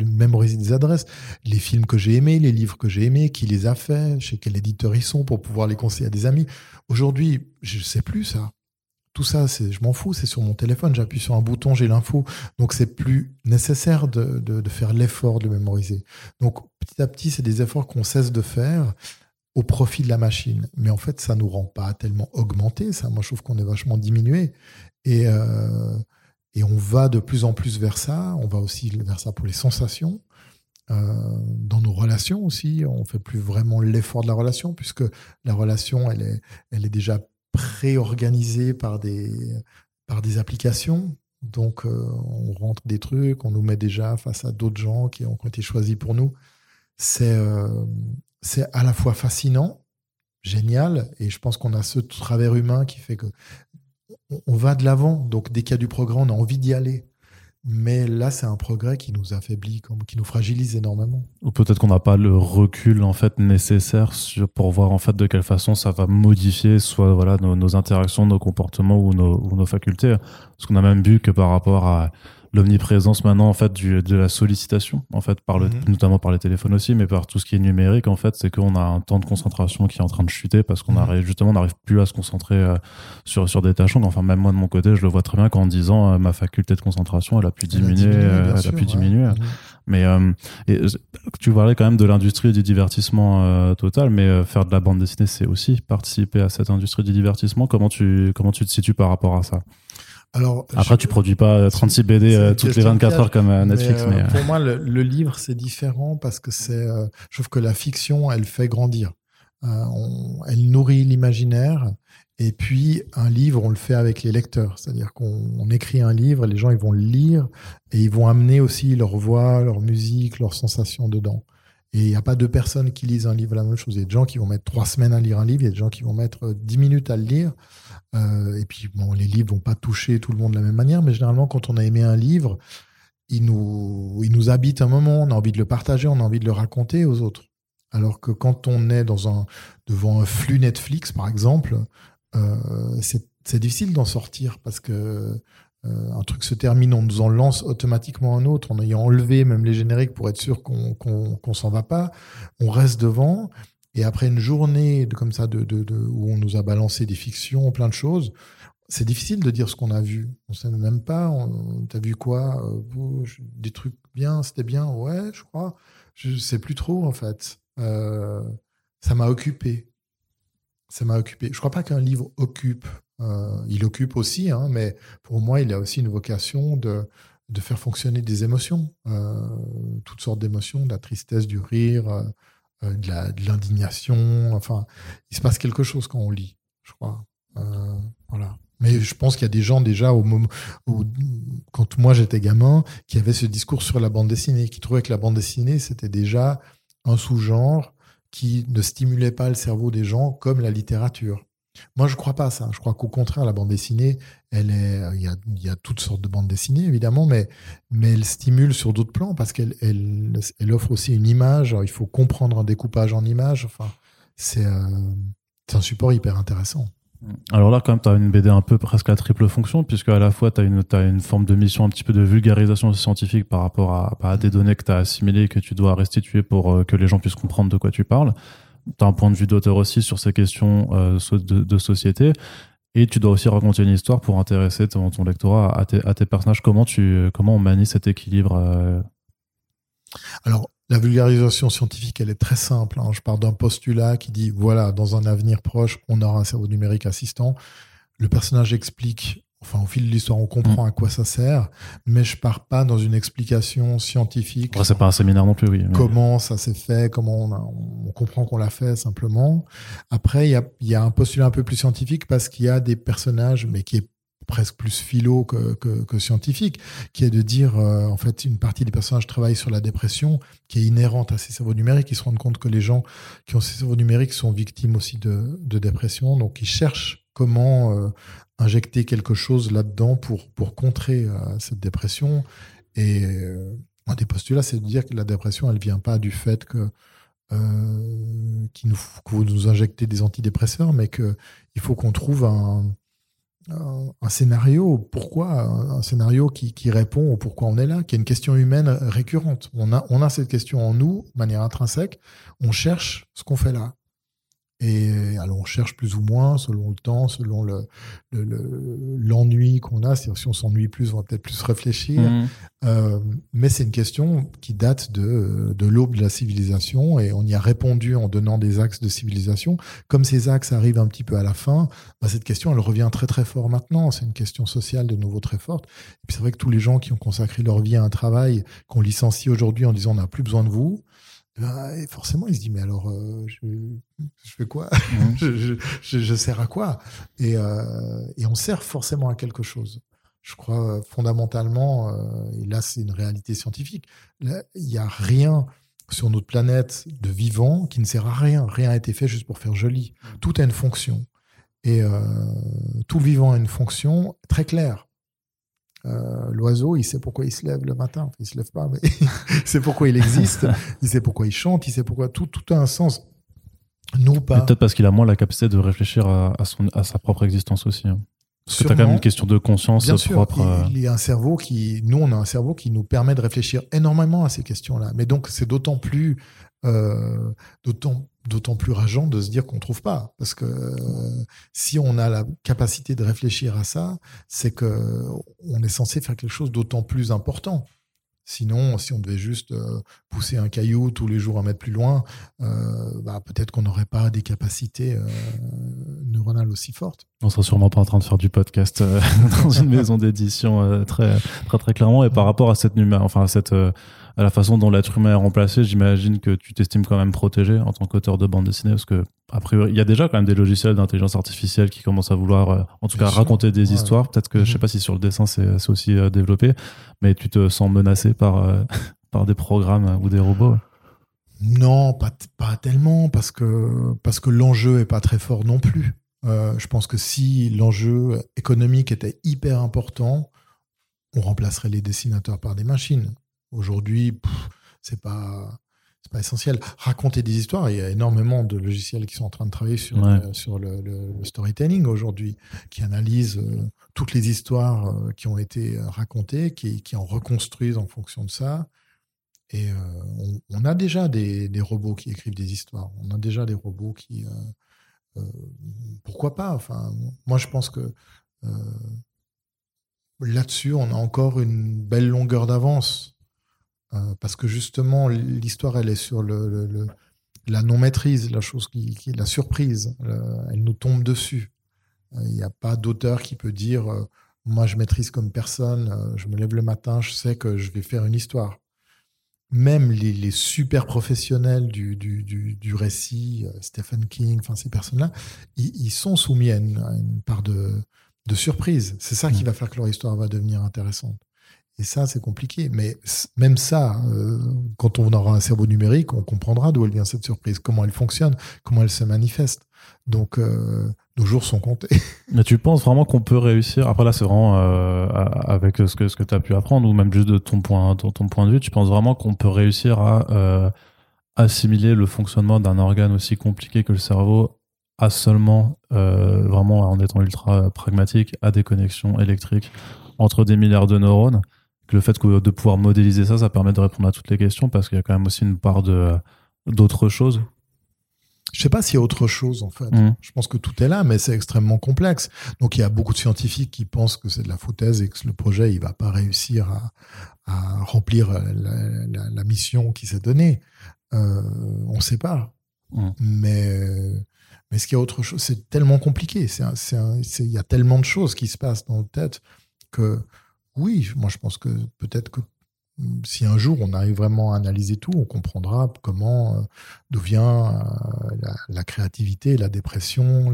les films que j'ai aimés, les livres que j'ai aimés, qui les a faits, chez quel éditeur ils sont pour pouvoir les conseiller à des amis. Aujourd'hui, je sais plus ça. Tout ça, je m'en fous, c'est sur mon téléphone, j'appuie sur un bouton, j'ai l'info. Donc, c'est plus nécessaire de faire l'effort de le mémoriser. Donc, petit à petit, c'est des efforts qu'on cesse de faire au profit de la machine. Mais en fait, ça ne nous rend pas tellement augmentés. Ça, moi, je trouve qu'on est vachement diminué. Et on va de plus en plus vers ça. On va aussi vers ça pour les sensations. Dans nos relations aussi, on ne fait plus vraiment l'effort de la relation, puisque la relation, elle est déjà préorganisé par des applications. Donc, on rentre des trucs, on nous met déjà face à d'autres gens qui ont été choisis pour nous. C'est à la fois fascinant, génial, et je pense qu'on a ce travers humain qui fait que on va de l'avant. Donc, dès qu'il y a du progrès, on a envie d'y aller. Mais là, c'est un progrès qui nous affaiblit, qui nous fragilise énormément. Ou peut-être qu'on n'a pas le recul en fait nécessaire pour voir en fait de quelle façon ça va modifier soit voilà nos interactions, nos comportements ou nos facultés. Parce qu'on a même vu que par rapport à l'omniprésence maintenant en fait de la sollicitation en fait notamment par les téléphones aussi, mais par tout ce qui est numérique en fait, c'est qu'on a un temps de concentration qui est en train de chuter parce qu'on n'arrive plus à se concentrer sur des tâches. Enfin, même moi de mon côté, je le vois très bien qu'en 10 ans ma faculté de concentration elle a pu diminuer. Mais tu parlais quand même de l'industrie du divertissement total, mais faire de la bande dessinée, c'est aussi participer à cette industrie du divertissement. Comment tu te situes par rapport à ça? Alors, après, tu produis pas 36 BD toutes les 24 heures comme Netflix. Mais pour moi, le livre, c'est différent parce que je trouve que la fiction, elle fait grandir. Elle nourrit l'imaginaire. Et puis, un livre, on le fait avec les lecteurs. C'est-à-dire qu'on écrit un livre, les gens, ils vont le lire et ils vont amener aussi leur voix, leur musique, leurs sensations dedans. Et il n'y a pas deux personnes qui lisent un livre la même chose. Il y a des gens qui vont mettre 3 semaines à lire un livre, il y a des gens qui vont mettre 10 minutes à le lire. Et puis, les livres vont pas toucher tout le monde de la même manière, mais généralement, quand on a aimé un livre, il nous habite un moment, on a envie de le partager, on a envie de le raconter aux autres. Alors que quand on est devant un flux Netflix, par exemple, c'est difficile d'en sortir parce que un truc se termine, on nous en lance automatiquement un autre, en ayant enlevé même les génériques pour être sûr qu'on s'en va pas. On reste devant. Et après une journée comme ça où on nous a balancé des fictions, plein de choses, c'est difficile de dire ce qu'on a vu. On ne sait même pas. T'as vu quoi? Des trucs bien, c'était bien. Ouais, je crois. Je ne sais plus trop, en fait. Ça m'a occupé. Je ne crois pas qu'un livre occupe. Il occupe aussi, hein, mais pour moi, il a aussi une vocation de faire fonctionner des émotions. Toutes sortes d'émotions, de la tristesse, du rire, de l'indignation. Enfin, il se passe quelque chose quand on lit, je crois. Voilà. Mais je pense qu'il y a des gens déjà quand moi j'étais gamin, qui avaient ce discours sur la bande dessinée, qui trouvaient que la bande dessinée c'était déjà un sous-genre qui ne stimulait pas le cerveau des gens comme la littérature. Moi je crois pas à ça. Je crois qu'au contraire la bande dessinée, il y a toutes sortes de bandes dessinées évidemment, mais elle stimule sur d'autres plans parce qu'elle offre aussi une image. Alors, il faut comprendre un découpage en images. Enfin, c'est un support hyper intéressant. Alors là, quand même, tu as une BD un peu presque à triple fonction, puisque à la fois, tu as une forme de mission un petit peu de vulgarisation scientifique par rapport à des données que tu as assimilées et que tu dois restituer pour que les gens puissent comprendre de quoi tu parles. Tu as un point de vue d'auteur aussi sur ces questions de société. Et tu dois aussi raconter une histoire pour intéresser ton lectorat à tes personnages. Comment on manie cet équilibre Alors, la vulgarisation scientifique, elle est très simple. Hein. Je pars d'un postulat qui dit, voilà, dans un avenir proche, on aura un cerveau numérique assistant. Le personnage explique, enfin, au fil de l'histoire, on comprend à quoi ça sert, mais je pars pas dans une explication scientifique. Après, c'est pas un séminaire non plus, oui. Mais... Comment ça s'est fait, comment on comprend qu'on l'a fait, simplement. Après, il y a un postulat un peu plus scientifique parce qu'il y a des personnages, mais qui est presque plus philo que scientifique, qui est de dire, en fait, une partie des personnages travaillent sur la dépression, qui est inhérente à ces cerveaux numériques. Ils se rendent compte que les gens qui ont ces cerveaux numériques sont victimes aussi de dépression. Donc, ils cherchent comment injecter quelque chose là-dedans pour contrer cette dépression. Et un des postulats, c'est de dire que la dépression, elle vient pas du fait que vous nous injectez des antidépresseurs, mais qu'il faut qu'on trouve un scénario, un scénario qui répond au pourquoi on est là, qui est une question humaine récurrente. On a cette question en nous, de manière intrinsèque. On cherche ce qu'on fait là. Et alors on cherche plus ou moins selon le temps, selon l'ennui qu'on a. C'est-à-dire si on s'ennuie plus, on va peut-être plus réfléchir. Mais c'est une question qui date de l'aube de la civilisation et on y a répondu en donnant des axes de civilisation. Comme ces axes arrivent un petit peu à la fin, cette question elle revient très très fort maintenant. C'est une question sociale de nouveau très forte. Et puis c'est vrai que tous les gens qui ont consacré leur vie à un travail qu'on licencie aujourd'hui en disant on n'a plus besoin de vous. Et forcément, il se dit mais alors je fais quoi? je sers à quoi? Et on sert forcément à quelque chose. Je crois fondamentalement, et là c'est une réalité scientifique. Là, il n'y a rien sur notre planète de vivant qui ne sert à rien. Rien n'a été fait juste pour faire joli. Tout a une fonction. Et tout vivant a une fonction très claire. L'oiseau, il sait pourquoi il se lève le matin. Enfin, il se lève pas, mais il sait pourquoi il existe. Il sait pourquoi il chante. Il sait pourquoi tout a un sens. Nous pas. Peut-être parce qu'il a moins la capacité de réfléchir à sa propre existence aussi. Hein. Parce que tu as quand même une question de conscience bien propre. Sûr, il y a un cerveau nous on a un cerveau qui nous permet de réfléchir énormément à ces questions-là. Mais donc c'est d'autant plus rageant de se dire qu'on trouve pas, parce que si on a la capacité de réfléchir à ça, c'est que on est censé faire quelque chose d'autant plus important. Sinon, si on devait juste pousser un caillou tous les jours un mètre plus loin, peut-être qu'on n'aurait pas des capacités neuronales aussi fortes. On sera sûrement pas en train de faire du podcast dans une maison d'édition très, très, très clairement. Et par rapport à à la façon dont l'être humain est remplacé, j'imagine que tu t'estimes quand même protégé en tant qu'auteur de bande dessinée, parce que a priori, il y a déjà quand même des logiciels d'intelligence artificielle qui commencent à vouloir, en tout cas, raconter des histoires. Peut-être que, je sais pas si sur le dessin c'est aussi développé, mais tu te sens menacé par des programmes ou des robots? Non, pas tellement, parce que l'enjeu est pas très fort non plus. Je pense que si l'enjeu économique était hyper important, on remplacerait les dessinateurs par des machines. Aujourd'hui, c'est pas essentiel. Raconter des histoires, il y a énormément de logiciels qui sont en train de travailler sur le storytelling aujourd'hui, qui analysent toutes les histoires qui ont été racontées, qui en reconstruisent en fonction de ça. Et on a déjà des robots qui écrivent des histoires. On a déjà des robots qui... pourquoi pas? Enfin, moi, je pense que Là-dessus, on a encore une belle longueur d'avance. Parce que justement, l'histoire, elle est sur la non-maîtrise, la chose qui la surprise. Elle nous tombe dessus. Il n'y a pas d'auteur qui peut dire moi, je maîtrise comme personne, je me lève le matin, je sais que je vais faire une histoire. Même les super professionnels du récit, Stephen King, enfin ces personnes-là, ils sont soumis à une part de surprise. C'est ça qui va faire que leur histoire va devenir intéressante. Et ça, c'est compliqué. Mais même ça, quand on aura un cerveau numérique, on comprendra d'où elle vient cette surprise, comment elle fonctionne, comment elle se manifeste. Donc, nos jours sont comptés. Mais tu penses vraiment qu'on peut réussir, après là c'est vraiment avec ce que tu as pu apprendre, ou même juste de ton point de vue, tu penses vraiment qu'on peut réussir à assimiler le fonctionnement d'un organe aussi compliqué que le cerveau à seulement, vraiment en étant ultra pragmatique, à des connexions électriques entre des milliards de neurones, que le fait de pouvoir modéliser ça permet de répondre à toutes les questions, parce qu'il y a quand même aussi une part d'autres choses. Je sais pas s'il y a autre chose, en fait. Je pense que tout est là, mais c'est extrêmement complexe. Donc, il y a beaucoup de scientifiques qui pensent que c'est de la foutaise et que le projet, il va pas réussir à remplir la mission qui s'est donnée. On sait pas. Mais est-ce qu'il y a autre chose? C'est tellement compliqué. Il y a tellement de choses qui se passent dans notre tête que, oui, moi, je pense que peut-être que si un jour on arrive vraiment à analyser tout, on comprendra d'où vient la créativité, la dépression,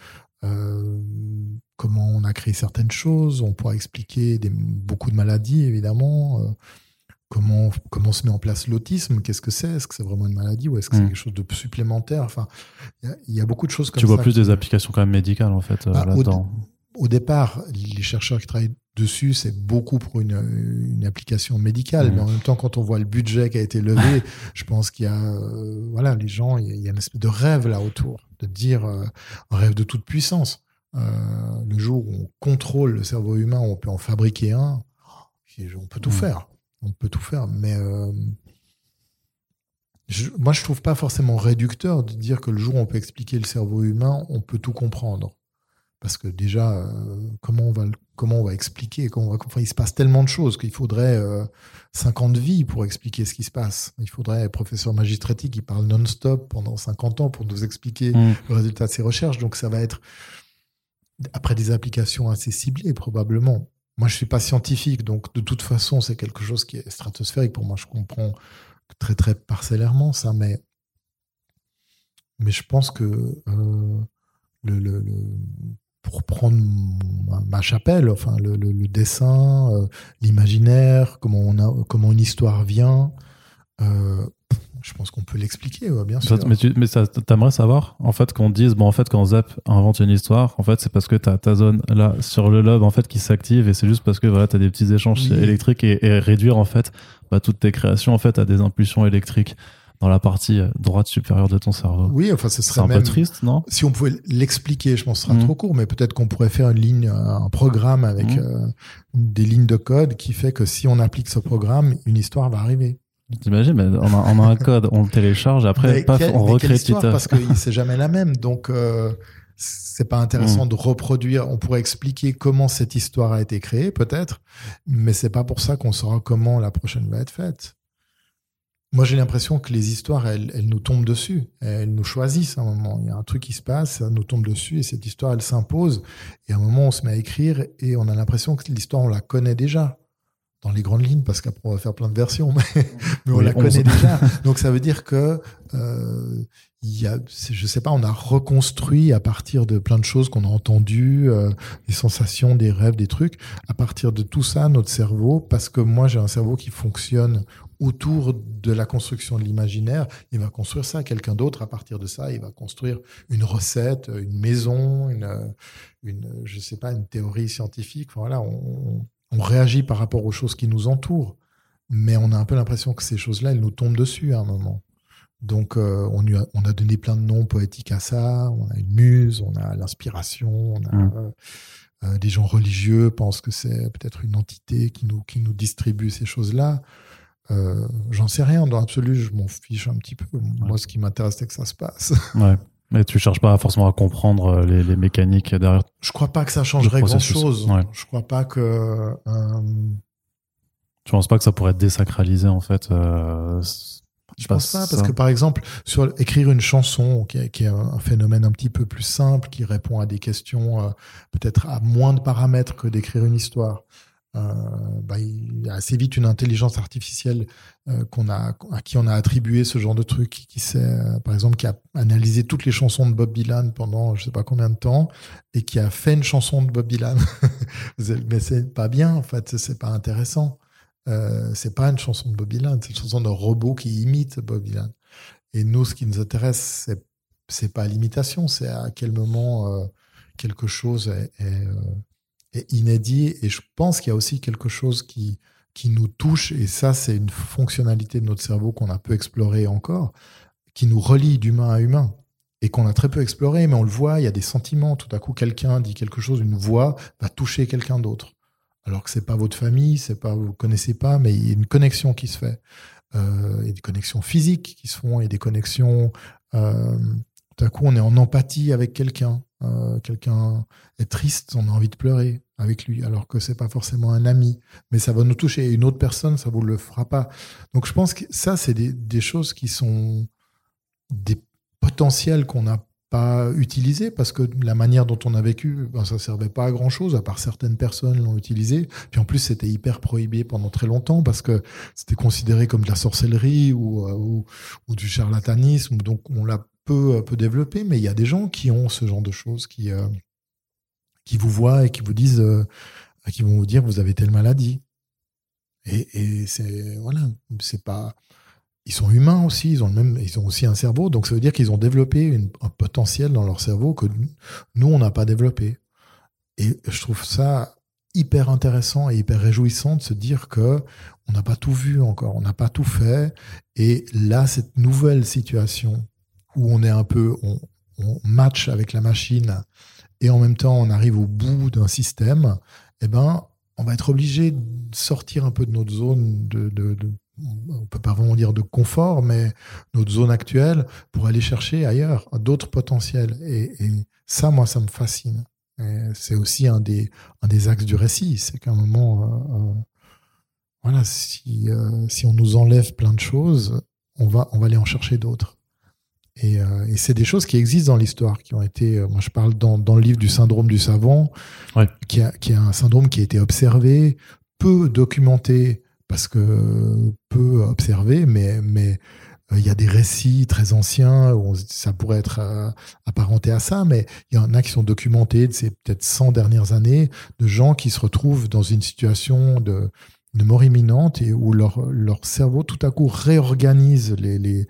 comment on a créé certaines choses. On pourra expliquer beaucoup de maladies, évidemment. Comment se met en place l'autisme? Qu'est-ce que c'est? Est-ce que c'est vraiment une maladie ou est-ce que c'est quelque chose de supplémentaire? Enfin, il y a beaucoup de choses comme ça. Tu vois plus des applications quand même médicales, en fait, là-dedans. Au départ, les chercheurs qui travaillent dessus, c'est beaucoup pour une application médicale. Mais en même temps, quand on voit le budget qui a été levé, je pense qu'il y a, les gens, il y a une espèce de rêve là autour, de dire un rêve de toute puissance. Le jour où on contrôle le cerveau humain, on peut en fabriquer un, on peut tout faire. On peut tout faire, mais moi, je trouve pas forcément réducteur de dire que le jour où on peut expliquer le cerveau humain, on peut tout comprendre. Parce que déjà, comment on va expliquer, il se passe tellement de choses qu'il faudrait 50 vies pour expliquer ce qui se passe. Il faudrait un professeur Magistretti qui parle non-stop pendant 50 ans pour nous expliquer le résultat de ses recherches. Donc ça va être, après, des applications assez ciblées probablement. Moi, je suis pas scientifique, donc de toute façon, c'est quelque chose qui est stratosphérique. Pour moi, je comprends très, très parcellairement ça, mais je pense que pour prendre ma chapelle, enfin le dessin, l'imaginaire, comment une histoire vient, je pense qu'on peut l'expliquer, bien sûr. Mais t'aimerais savoir, en fait, qu'on dise, en fait, quand Zap invente une histoire, en fait, c'est parce que t'as ta zone là sur le lobe, en fait, qui s'active, et c'est juste parce que voilà, t'as des petits échanges électriques, et réduire, en fait, toutes tes créations, en fait, à des impulsions électriques dans la partie droite supérieure de ton cerveau. Oui, enfin, ce serait un peu triste, non? Si on pouvait l'expliquer, je pense que ce sera trop court, mais peut-être qu'on pourrait faire un programme avec des lignes de code qui fait que si on applique ce programme, une histoire va arriver. T'imagines, mais on a un code, on le télécharge, après, on recrée l'histoire, parce que c'est jamais la même, donc c'est pas intéressant de reproduire. On pourrait expliquer comment cette histoire a été créée, peut-être, mais c'est pas pour ça qu'on saura comment la prochaine va être faite. Moi, j'ai l'impression que les histoires, elles nous tombent dessus. Elles nous choisissent à un moment. Il y a un truc qui se passe, ça nous tombe dessus, et cette histoire, elle s'impose. Et à un moment, on se met à écrire, et on a l'impression que l'histoire, on la connaît déjà, dans les grandes lignes, parce qu'après, on va faire plein de versions, mais on la connaît déjà. Donc, ça veut dire que, je sais pas, on a reconstruit à partir de plein de choses qu'on a entendues, des sensations, des rêves, des trucs, à partir de tout ça, notre cerveau, parce que moi, j'ai un cerveau qui fonctionne autour de la construction de l'imaginaire, il va construire ça. Quelqu'un d'autre, à partir de ça, il va construire une recette, une maison, je sais pas, une théorie scientifique. Enfin, voilà, on réagit par rapport aux choses qui nous entourent, mais on a un peu l'impression que ces choses-là, elles nous tombent dessus à un moment. Donc, on a donné plein de noms poétiques à ça. On a une muse, on a l'inspiration, on a des gens religieux pensent que c'est peut-être une entité qui nous distribue ces choses-là. J'en sais rien, dans l'absolu, je m'en fiche un petit peu. Moi, ce qui m'intéresse, c'est que ça se passe. Ouais. Mais tu cherches pas forcément à comprendre les mécaniques derrière. Je crois pas que ça changerait grand-chose. Ouais. Je crois pas que... Tu penses pas que ça pourrait être désacralisé, en fait Je pense pas, parce que par exemple, sur écrire une chanson, qui est un phénomène un petit peu plus simple, qui répond à des questions peut-être à moins de paramètres que d'écrire une histoire, il y a assez vite une intelligence artificielle à qui on a attribué ce genre de truc, qui sait, par exemple, qui a analysé toutes les chansons de Bob Dylan pendant je sais pas combien de temps, et qui a fait une chanson de Bob Dylan. Mais c'est pas bien, en fait, c'est pas intéressant. C'est pas une chanson de Bob Dylan, c'est une chanson d'un robot qui imite Bob Dylan. Et nous, ce qui nous intéresse, c'est pas l'imitation, c'est à quel moment quelque chose est inédit. Et je pense qu'il y a aussi quelque chose qui nous touche, et ça, c'est une fonctionnalité de notre cerveau qu'on a peu explorée encore, qui nous relie d'humain à humain, et qu'on a très peu exploré, mais on le voit, il y a des sentiments. Tout à coup, quelqu'un dit quelque chose, une voix va toucher quelqu'un d'autre. Alors que c'est pas votre famille, vous connaissez pas, mais il y a une connexion qui se fait. Il y a des connexions physiques qui se font, il y a des connexions. Tout à coup, on est en empathie avec quelqu'un. Quelqu'un est triste, on a envie de pleurer avec lui, alors que c'est pas forcément un ami, mais ça va nous toucher. Et une autre personne, ça vous le fera pas. Donc, je pense que ça, c'est des choses qui sont des potentiels qu'on n'a pas utilisé, parce que la manière dont on a vécu, ça servait pas à grand chose, à part certaines personnes l'ont utilisé. Puis en plus, c'était hyper prohibé pendant très longtemps, parce que c'était considéré comme de la sorcellerie ou du charlatanisme. Donc on l'a peu développé, mais il y a des gens qui ont ce genre de choses, qui vous voient et qui vous disent, qui vont vous dire, vous avez telle maladie. Et c'est pas... Ils sont humains aussi, ils ont aussi un cerveau, donc ça veut dire qu'ils ont développé un potentiel dans leur cerveau que nous, on n'a pas développé. Et je trouve ça hyper intéressant et hyper réjouissant de se dire que on n'a pas tout vu encore, on n'a pas tout fait. Et là, cette nouvelle situation où on est on match avec la machine et en même temps, on arrive au bout d'un système, on va être obligé de sortir un peu de notre zone on peut pas vraiment dire de confort, mais notre zone actuelle, pour aller chercher ailleurs d'autres potentiels. Et ça, moi, ça me fascine. Et c'est aussi un des axes du récit. C'est qu'à un moment, si on nous enlève plein de choses, on va aller en chercher d'autres. Et c'est des choses qui existent dans l'histoire, qui ont été... moi, je parle dans le livre du syndrome du savant, ouais. qui est un syndrome qui a été observé, peu documenté, parce que peu observé, mais il y a des récits très anciens où ça pourrait être apparenté à ça, mais il y en a qui sont documentés de ces peut-être 100 dernières années, de gens qui se retrouvent dans une situation de mort imminente et où leur cerveau tout à coup réorganise le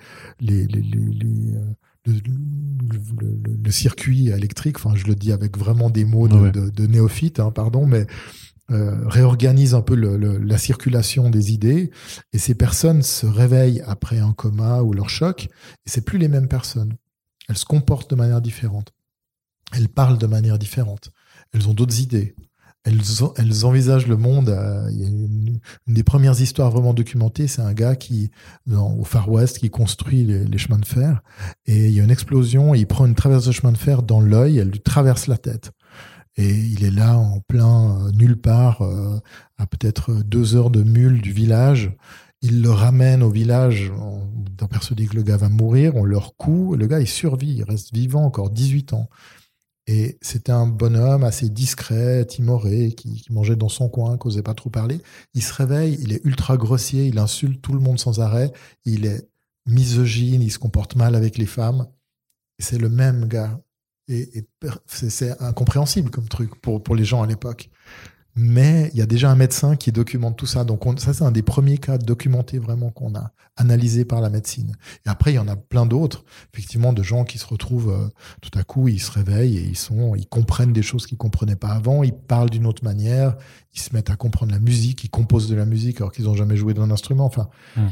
circuit électrique. Enfin, je le dis avec vraiment des mots de néophyte, pardon, mais réorganise un peu la circulation des idées, et ces personnes se réveillent après un coma ou leur choc, et c'est plus les mêmes personnes. Elles se comportent de manière différente. Elles parlent de manière différente. Elles ont d'autres idées. Elles envisagent le monde. Il y a une des premières histoires vraiment documentées, c'est un gars au Far West, qui construit les chemins de fer, et il y a une explosion, et il prend une traverse de chemin de fer dans l'œil, elle lui traverse la tête. Et il est là en plein nulle part, à peut-être 2 heures de mule du village. Il le ramène au village, on est persuadé que le gars va mourir, on le recoue, le gars il survit, il reste vivant encore 18 ans. Et c'était un bonhomme assez discret, timoré, qui mangeait dans son coin, qui n'osait pas trop parler. Il se réveille, il est ultra grossier, il insulte tout le monde sans arrêt, il est misogyne, il se comporte mal avec les femmes. Et c'est le même gars. Et c'est incompréhensible comme truc pour les gens à l'époque. Mais il y a déjà un médecin qui documente tout ça. Donc ça, c'est un des premiers cas documentés vraiment qu'on a analysé par la médecine. Et après, il y en a plein d'autres, effectivement, de gens qui se retrouvent tout à coup, ils se réveillent et ils comprennent des choses qu'ils comprenaient pas avant. Ils parlent d'une autre manière. Ils se mettent à comprendre la musique. Ils composent de la musique alors qu'ils n'ont jamais joué d'un instrument. Enfin,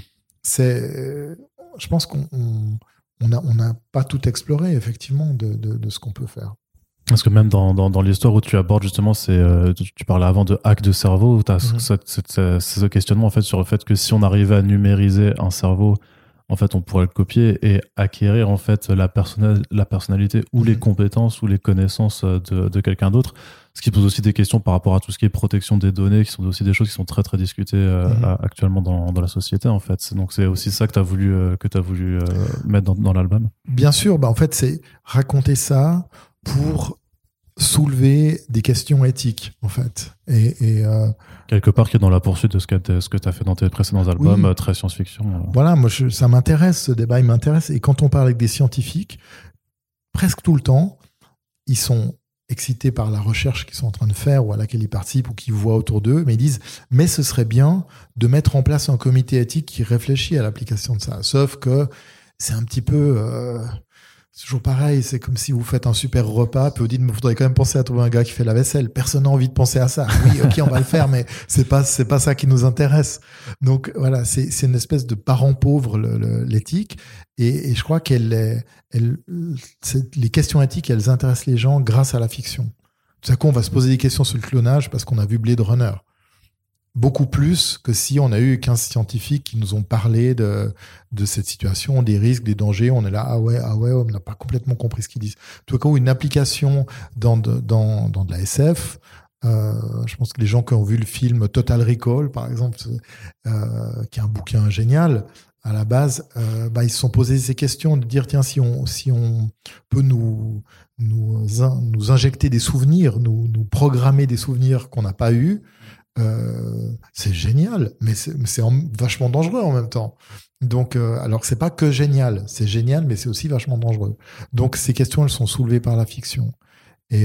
je pense on n'a pas tout exploré, effectivement, de ce qu'on peut faire. Parce que même dans l'histoire où tu abordes justement, tu parlais avant de hack de cerveau, où tu as ce questionnement en fait, sur le fait que si on arrivait à numériser un cerveau, en fait, on pourrait le copier et acquérir en fait la personnalité ou les compétences ou les connaissances de quelqu'un d'autre. Ce qui pose aussi des questions par rapport à tout ce qui est protection des données, qui sont aussi des choses qui sont très très discutées actuellement dans la société en fait. Donc c'est aussi ça que t'as voulu mettre dans l'album. Bien sûr, en fait c'est raconter ça pour soulever des questions éthiques en fait et quelque part qui est dans la poursuite de ce que tu as fait dans tes précédents albums, très science-fiction. Voilà, moi ça m'intéresse, ce débat il m'intéresse, et quand on parle avec des scientifiques, presque tout le temps ils sont excités par la recherche qu'ils sont en train de faire ou à laquelle ils participent ou qu'ils voient autour d'eux, mais ils disent mais ce serait bien de mettre en place un comité éthique qui réfléchit à l'application de ça. Sauf que c'est un petit peu c'est toujours pareil, c'est comme si vous faites un super repas, puis vous dites mais il faudrait quand même penser à trouver un gars qui fait la vaisselle. Personne n'a envie de penser à ça. Oui, ok, on va le faire, mais c'est pas ça qui nous intéresse. Donc voilà, c'est une espèce de parent pauvre l'éthique, et je crois les questions éthiques, elles intéressent les gens grâce à la fiction. Tout à coup, on va se poser des questions sur le clonage parce qu'on a vu Blade Runner. Beaucoup plus que si on a eu 15 scientifiques qui nous ont parlé de cette situation, des risques, des dangers. On est là, ah ouais, on n'a pas complètement compris ce qu'ils disent. Tout à coup, une application dans de la SF, je pense que les gens qui ont vu le film Total Recall, par exemple, qui est un bouquin génial, à la base, ils se sont posés ces questions de dire, tiens, si on peut nous injecter des souvenirs, nous programmer des souvenirs qu'on n'a pas eus, c'est génial, mais c'est vachement dangereux en même temps. Donc, alors que c'est pas que génial, c'est génial, mais c'est aussi vachement dangereux. Donc, ces questions, elles sont soulevées par la fiction. Et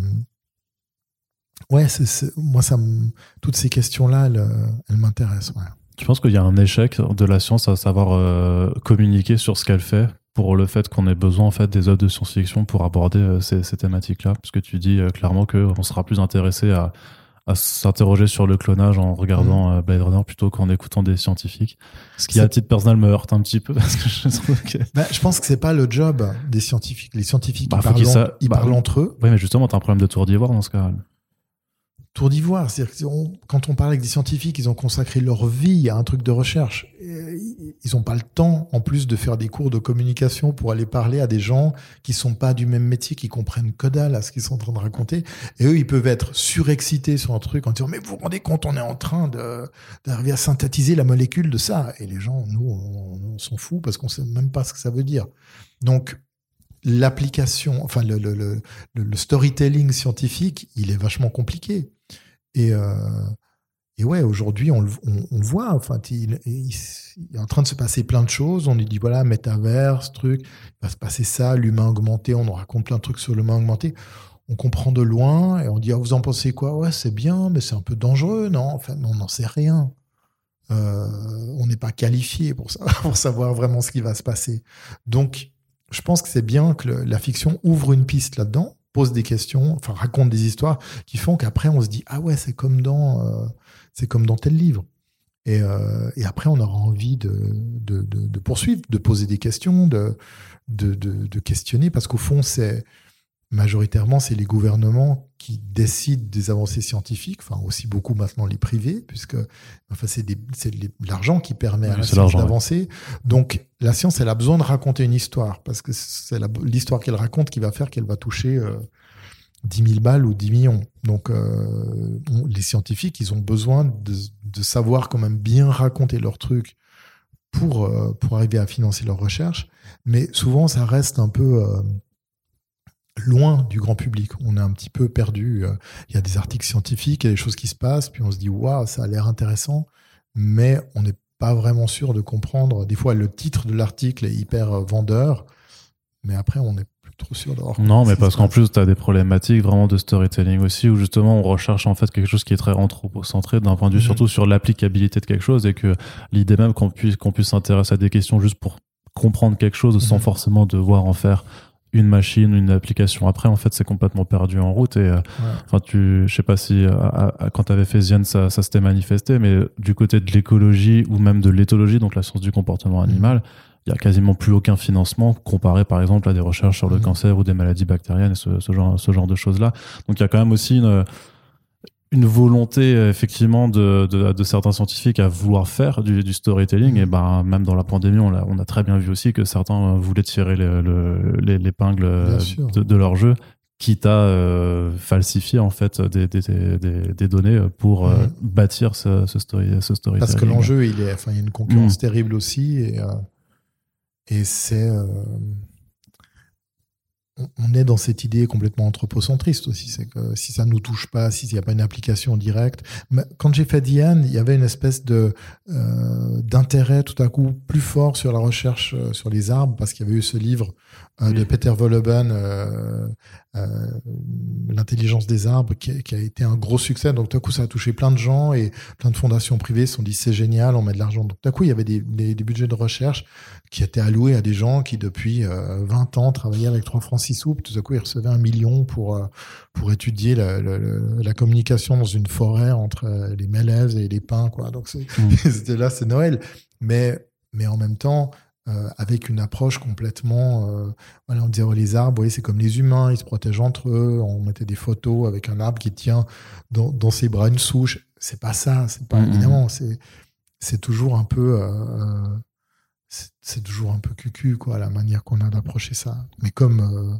ouais, moi, toutes ces questions-là, elles m'intéressent. Ouais. Tu penses qu'il y a un échec de la science à savoir communiquer sur ce qu'elle fait, pour le fait qu'on ait besoin en fait des œuvres de science-fiction pour aborder ces thématiques-là, parce que tu dis clairement qu'on sera plus intéressé à s'interroger sur le clonage en regardant Blade Runner plutôt qu'en écoutant des scientifiques. Ce qui, à titre personnel, me heurte un petit peu parce que je trouve que... je pense que c'est pas le job des scientifiques. Les scientifiques, ils parlent entre eux. Oui, mais justement, t'as un problème de tour d'ivoire dans ce cas. Tour d'ivoire, c'est-à-dire que quand on parle avec des scientifiques, ils ont consacré leur vie à un truc de recherche. Ils n'ont pas le temps, en plus, de faire des cours de communication pour aller parler à des gens qui sont pas du même métier, qui comprennent que dalle à ce qu'ils sont en train de raconter. Et eux, ils peuvent être surexcités sur un truc en disant mais vous vous rendez compte, on est en train d'arriver à synthétiser la molécule de ça. Et les gens, nous, on s'en fout parce qu'on sait même pas ce que ça veut dire. Donc l'application, enfin le storytelling scientifique, il est vachement compliqué. Et ouais, aujourd'hui, on voit, enfin, il est en train de se passer plein de choses. On lui dit, voilà, métaverse, truc, il va se passer ça, l'humain augmenté, on nous raconte plein de trucs sur l'humain augmenté. On comprend de loin et on dit, vous en pensez quoi? Ouais, c'est bien, mais c'est un peu dangereux, non? Enfin, on n'en sait rien. On n'est pas qualifié pour ça, pour savoir vraiment ce qui va se passer. Donc, je pense que c'est bien que la fiction ouvre une piste là-dedans, pose des questions, enfin raconte des histoires qui font qu'après on se dit ah ouais, c'est comme dans tel livre, et après on aura envie de poursuivre, de poser des questions, de questionner, parce qu'au fond majoritairement c'est les gouvernements qui décident des avancées scientifiques, enfin aussi beaucoup maintenant les privés, puisque enfin c'est l'argent qui permet à la science d'avancer. Ouais. Donc la science, elle a besoin de raconter une histoire, parce que c'est l'histoire qu'elle raconte qui va faire qu'elle va toucher 10 000 balles ou 10 millions. Donc les scientifiques, ils ont besoin de savoir quand même bien raconter leur truc pour arriver à financer leurs recherches, mais souvent ça reste un peu loin du grand public. On est un petit peu perdu. Il y a des articles scientifiques, il y a des choses qui se passent, puis on se dit waouh, ça a l'air intéressant, mais on n'est pas vraiment sûr de comprendre. Des fois, le titre de l'article est hyper vendeur, mais après, on n'est plus trop sûr d'avoir. Non, mais parce qu'en plus, tu as des problématiques vraiment de storytelling aussi, où justement, on recherche en fait quelque chose qui est très anthropocentré d'un point de vue surtout sur l'applicabilité de quelque chose, et que l'idée même qu'on puisse s'intéresser à des questions juste pour comprendre quelque chose sans forcément devoir en faire une machine, une application. Après, en fait, c'est complètement perdu en route. Et enfin, je sais pas si quand t'avais fait Zian, ça s'était manifesté, mais du côté de l'écologie ou même de l'éthologie, donc la science du comportement animal, il y a quasiment plus aucun financement comparé, par exemple, à des recherches sur le cancer ou des maladies bactériennes et ce genre de choses-là. Donc, il y a quand même aussi une volonté effectivement de certains scientifiques à vouloir faire du storytelling, et ben même dans la pandémie on a très bien vu aussi que certains voulaient tirer l'épingle de leur jeu, quitte à falsifier en fait des données pour bâtir ce storytelling. Parce que l'enjeu il y a une concurrence terrible aussi, et c'est on est dans cette idée complètement anthropocentriste aussi. C'est que si ça ne nous touche pas, s'il n'y a pas une application directe. Mais quand j'ai fait Diane, il y avait une espèce d'intérêt tout à coup plus fort sur la recherche sur les arbres, parce qu'il y avait eu ce livre de Peter Wohlleben, L'intelligence des arbres, qui a été un gros succès. Donc tout à coup, ça a touché plein de gens, et plein de fondations privées se sont dit c'est génial, on met de l'argent. Donc tout à coup, il y avait des budgets de recherche qui étaient alloués à des gens qui depuis 20 ans travaillaient avec 3 francs 6 sous. Tout à coup, ils recevaient 1 million pour étudier la communication dans une forêt entre les mélèzes et les pins, quoi. Donc c'était là, c'est Noël. Mais en même temps, avec une approche complètement, on disait les arbres, vous voyez, c'est comme les humains, ils se protègent entre eux. On mettait des photos avec un arbre qui tient dans ses bras une souche. C'est pas ça, c'est pas évidemment, c'est toujours un peu c'est toujours un peu cucu, quoi, la manière qu'on a d'approcher ça. Mais comme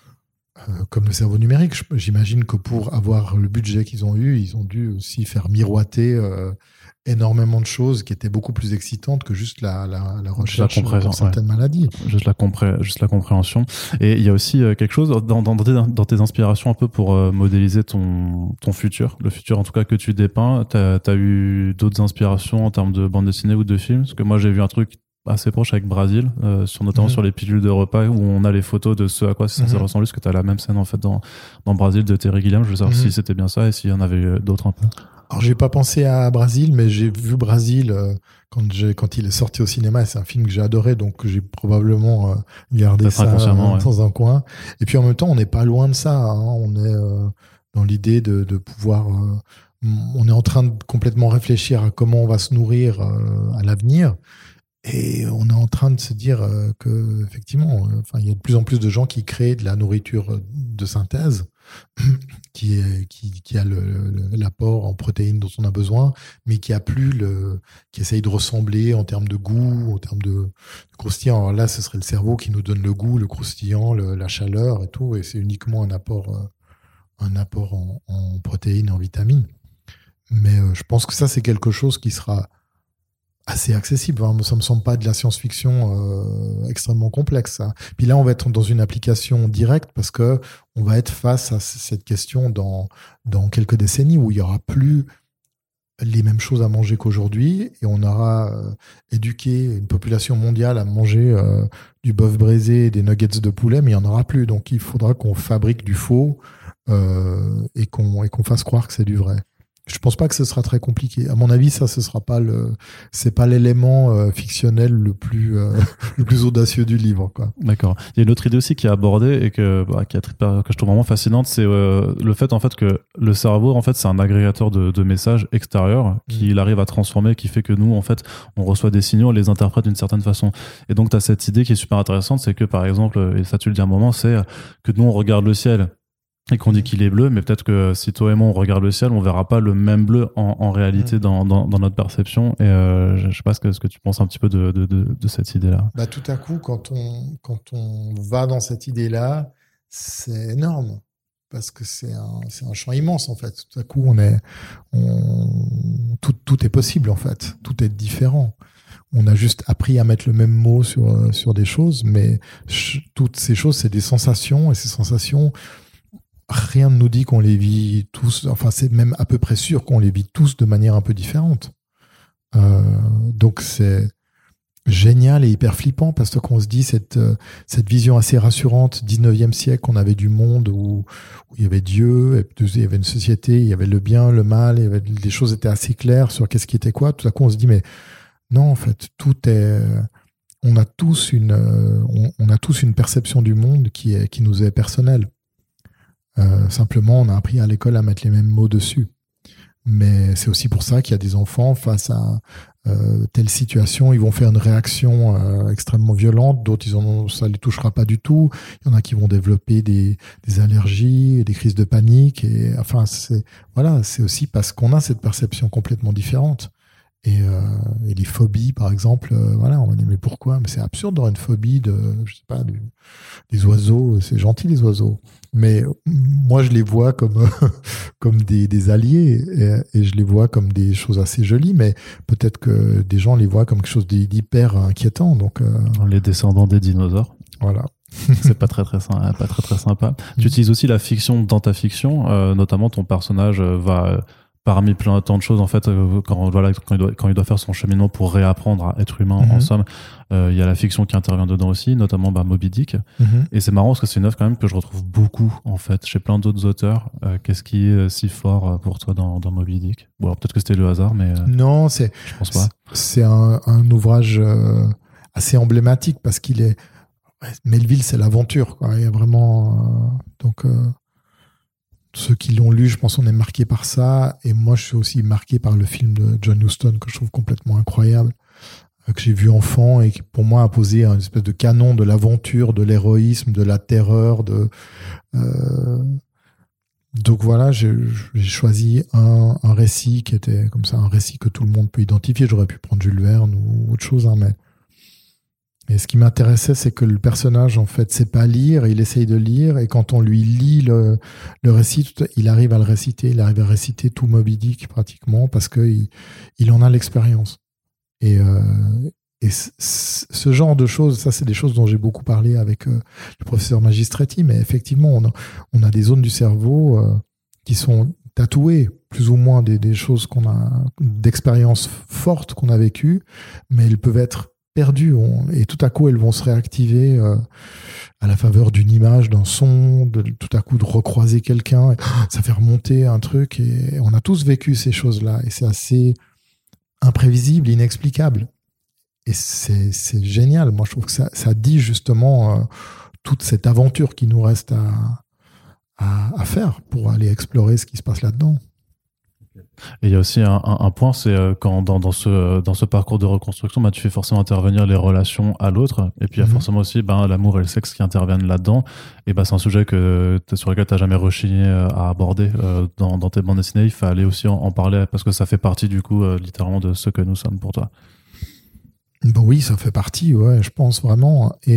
le cerveau numérique, j'imagine que pour avoir le budget qu'ils ont eu, ils ont dû aussi faire miroiter énormément de choses qui étaient beaucoup plus excitantes que juste la recherche sur certaines maladies. Juste la compréhension. Et il y a aussi quelque chose dans tes inspirations un peu pour modéliser ton futur, le futur en tout cas que tu dépeins. T'as eu d'autres inspirations en termes de bande dessinée ou de films? Parce que moi j'ai vu un truc assez proche avec Brasil, notamment sur les pilules de repas, où on a les photos de ce à quoi c'est censé ressembler, parce que tu as la même scène en fait dans Brasil de Terry Gilliam. Je veux savoir si c'était bien ça et s'il y en avait d'autres un peu. Alors j'ai pas pensé à Brasil, mais j'ai vu Brasil quand il est sorti au cinéma. C'est un film que j'ai adoré, donc j'ai probablement gardé ça dans un coin. Et puis en même temps, on n'est pas loin de ça, hein. On est dans l'idée de pouvoir... on est en train de complètement réfléchir à comment on va se nourrir à l'avenir. Et on est en train de se dire que effectivement, il y a de plus en plus de gens qui créent de la nourriture de synthèse, qui a l'apport en protéines dont on a besoin, mais qui essaye de ressembler en termes de goût, en termes de croustillant. Alors là, ce serait le cerveau qui nous donne le goût, le croustillant, la chaleur et tout, et c'est uniquement un apport en protéines et en vitamines. Mais je pense que ça, c'est quelque chose qui sera assez accessible. Ça me semble pas de la science-fiction extrêmement complexe, ça. Puis là, on va être dans une application directe, parce que on va être face à cette question dans quelques décennies où il y aura plus les mêmes choses à manger qu'aujourd'hui, et on aura éduqué une population mondiale à manger du bœuf braisé et des nuggets de poulet, mais il y en aura plus. Donc il faudra qu'on fabrique du faux et qu'on fasse croire que c'est du vrai. Je pense pas que ce sera très compliqué. À mon avis, ça, ce sera pas c'est pas l'élément fictionnel le plus audacieux du livre, quoi. D'accord. Il y a une autre idée aussi qui est abordée et que je trouve vraiment fascinante, c'est le fait en fait que le cerveau en fait c'est un agrégateur de messages extérieurs qu'il arrive à transformer, qui fait que nous en fait on reçoit des signaux, on les interprète d'une certaine façon. Et donc tu as cette idée qui est super intéressante, c'est que par exemple, et ça tu le dis à un moment, c'est que nous on regarde le ciel et qu'on dit qu'il est bleu, mais peut-être que si toi et moi on regarde le ciel, on verra pas le même bleu en réalité dans notre perception. Et je sais pas ce que tu penses un petit peu de cette idée-là. Bah, tout à coup, quand on va dans cette idée-là, c'est énorme, parce que c'est un champ immense en fait. Tout à coup, tout est possible en fait, tout est différent. On a juste appris à mettre le même mot sur des choses, mais toutes ces choses, c'est des sensations, et ces sensations, rien ne nous dit qu'on les vit tous, enfin c'est même à peu près sûr qu'on les vit tous de manière un peu différente. Donc c'est génial et hyper flippant, parce qu'on se dit cette vision assez rassurante 19e siècle qu'on avait du monde où il y avait Dieu, et il y avait une société, il y avait le bien, le mal, les choses étaient assez claires sur qu'est-ce qui était quoi. Tout à coup on se dit mais non, en fait on a tous une perception du monde qui nous est personnelle. Simplement, on a appris à l'école à mettre les mêmes mots dessus. Mais c'est aussi pour ça qu'il y a des enfants face à telle situation, ils vont faire une réaction extrêmement violente, d'autres ça les touchera pas du tout. Il y en a qui vont développer des allergies, des crises de panique, et enfin c'est aussi parce qu'on a cette perception complètement différente. Et les phobies, par exemple, on va dire mais pourquoi? Mais c'est absurde d'avoir une phobie je sais pas, des oiseaux. C'est gentil les oiseaux, mais moi je les vois comme comme des alliés, et je les vois comme des choses assez jolies, mais peut-être que des gens les voient comme quelque chose d'hyper inquiétant. Donc les descendants des dinosaures. Voilà. C'est pas très sympa. Tu utilises aussi la fiction dans ta fiction, notamment ton personnage va parmi plein tant de choses, en fait, quand il doit faire son cheminement pour réapprendre à être humain, en somme, il y a la fiction qui intervient dedans aussi, notamment Moby Dick. Et c'est marrant parce que c'est une œuvre quand même que je retrouve beaucoup, en fait, chez plein d'autres auteurs. Qu'est-ce qui est si fort pour toi dans Moby Dick? Bon, alors peut-être que c'était le hasard, mais non, je pense pas. C'est un ouvrage assez emblématique parce qu'il est Melville, c'est l'aventure, quoi. Il y a vraiment ceux qui l'ont lu, je pense on est marqué par ça. Et moi, je suis aussi marqué par le film de John Huston que je trouve complètement incroyable, que j'ai vu enfant et qui, pour moi, a posé une espèce de canon de l'aventure, de l'héroïsme, de la terreur. Donc voilà, j'ai choisi un récit qui était comme ça, un récit que tout le monde peut identifier. J'aurais pu prendre Jules Verne ou autre chose, mais... Et ce qui m'intéressait, c'est que le personnage, en fait, sait pas lire, il essaye de lire, et quand on lui lit le récit, il arrive à le réciter, il arrive à réciter tout Moby Dick pratiquement, parce que il en a l'expérience. Et ce genre de choses, ça, c'est des choses dont j'ai beaucoup parlé avec le professeur Magistretti, mais effectivement, on a des zones du cerveau qui sont tatouées, plus ou moins des choses qu'on a, d'expériences fortes qu'on a vécues, mais elles peuvent être perdues, et tout à coup elles vont se réactiver à la faveur d'une image, d'un son, tout à coup de recroiser quelqu'un, ça fait remonter un truc, et on a tous vécu ces choses-là, et c'est assez imprévisible, inexplicable, et c'est génial. Moi je trouve que ça dit justement toute cette aventure qui nous reste à faire pour aller explorer ce qui se passe là-dedans. Et il y a aussi un point, c'est quand dans ce parcours de reconstruction, tu fais forcément intervenir les relations à l'autre, et puis il y a forcément aussi l'amour et le sexe qui interviennent là-dedans, et c'est un sujet sur lequel tu n'as jamais rechigné à aborder dans tes bandes dessinées. Il fallait aussi en parler parce que ça fait partie du coup littéralement de ce que nous sommes pour toi. Bon, oui, ça fait partie, ouais, je pense vraiment, et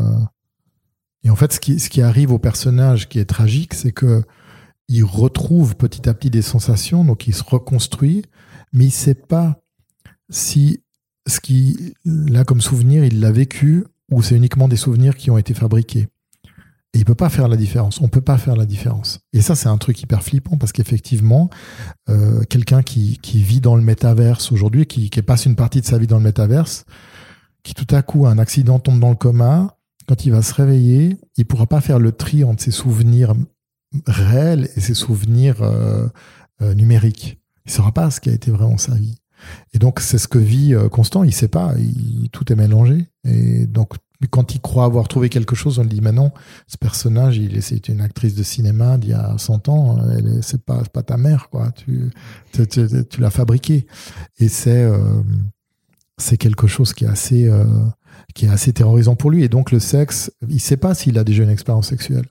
en fait ce qui arrive au personnage qui est tragique, c'est que il retrouve petit à petit des sensations, donc il se reconstruit, mais il ne sait pas si ce qu'il a comme souvenir, il l'a vécu, ou c'est uniquement des souvenirs qui ont été fabriqués. Et il ne peut pas faire la différence. On ne peut pas faire la différence. Et ça, c'est un truc hyper flippant, parce qu'effectivement, quelqu'un qui vit dans le métaverse aujourd'hui, qui passe une partie de sa vie dans le métaverse, qui tout à coup a un accident, tombe dans le coma, quand il va se réveiller, il ne pourra pas faire le tri entre ses souvenirs réel et ses souvenirs numériques. Il ne saura pas ce qui a été vraiment sa vie. Et donc, c'est ce que vit Constant. Il ne sait pas. Tout est mélangé. Et donc, quand il croit avoir trouvé quelque chose, on lui dit, mais non, ce personnage, c'est une actrice de cinéma d'il y a 100 ans. C'est pas ta mère, quoi. Tu l'as fabriquée. Et c'est quelque chose qui est assez terrorisant pour lui. Et donc, le sexe, il ne sait pas s'il a déjà une expérience sexuelle.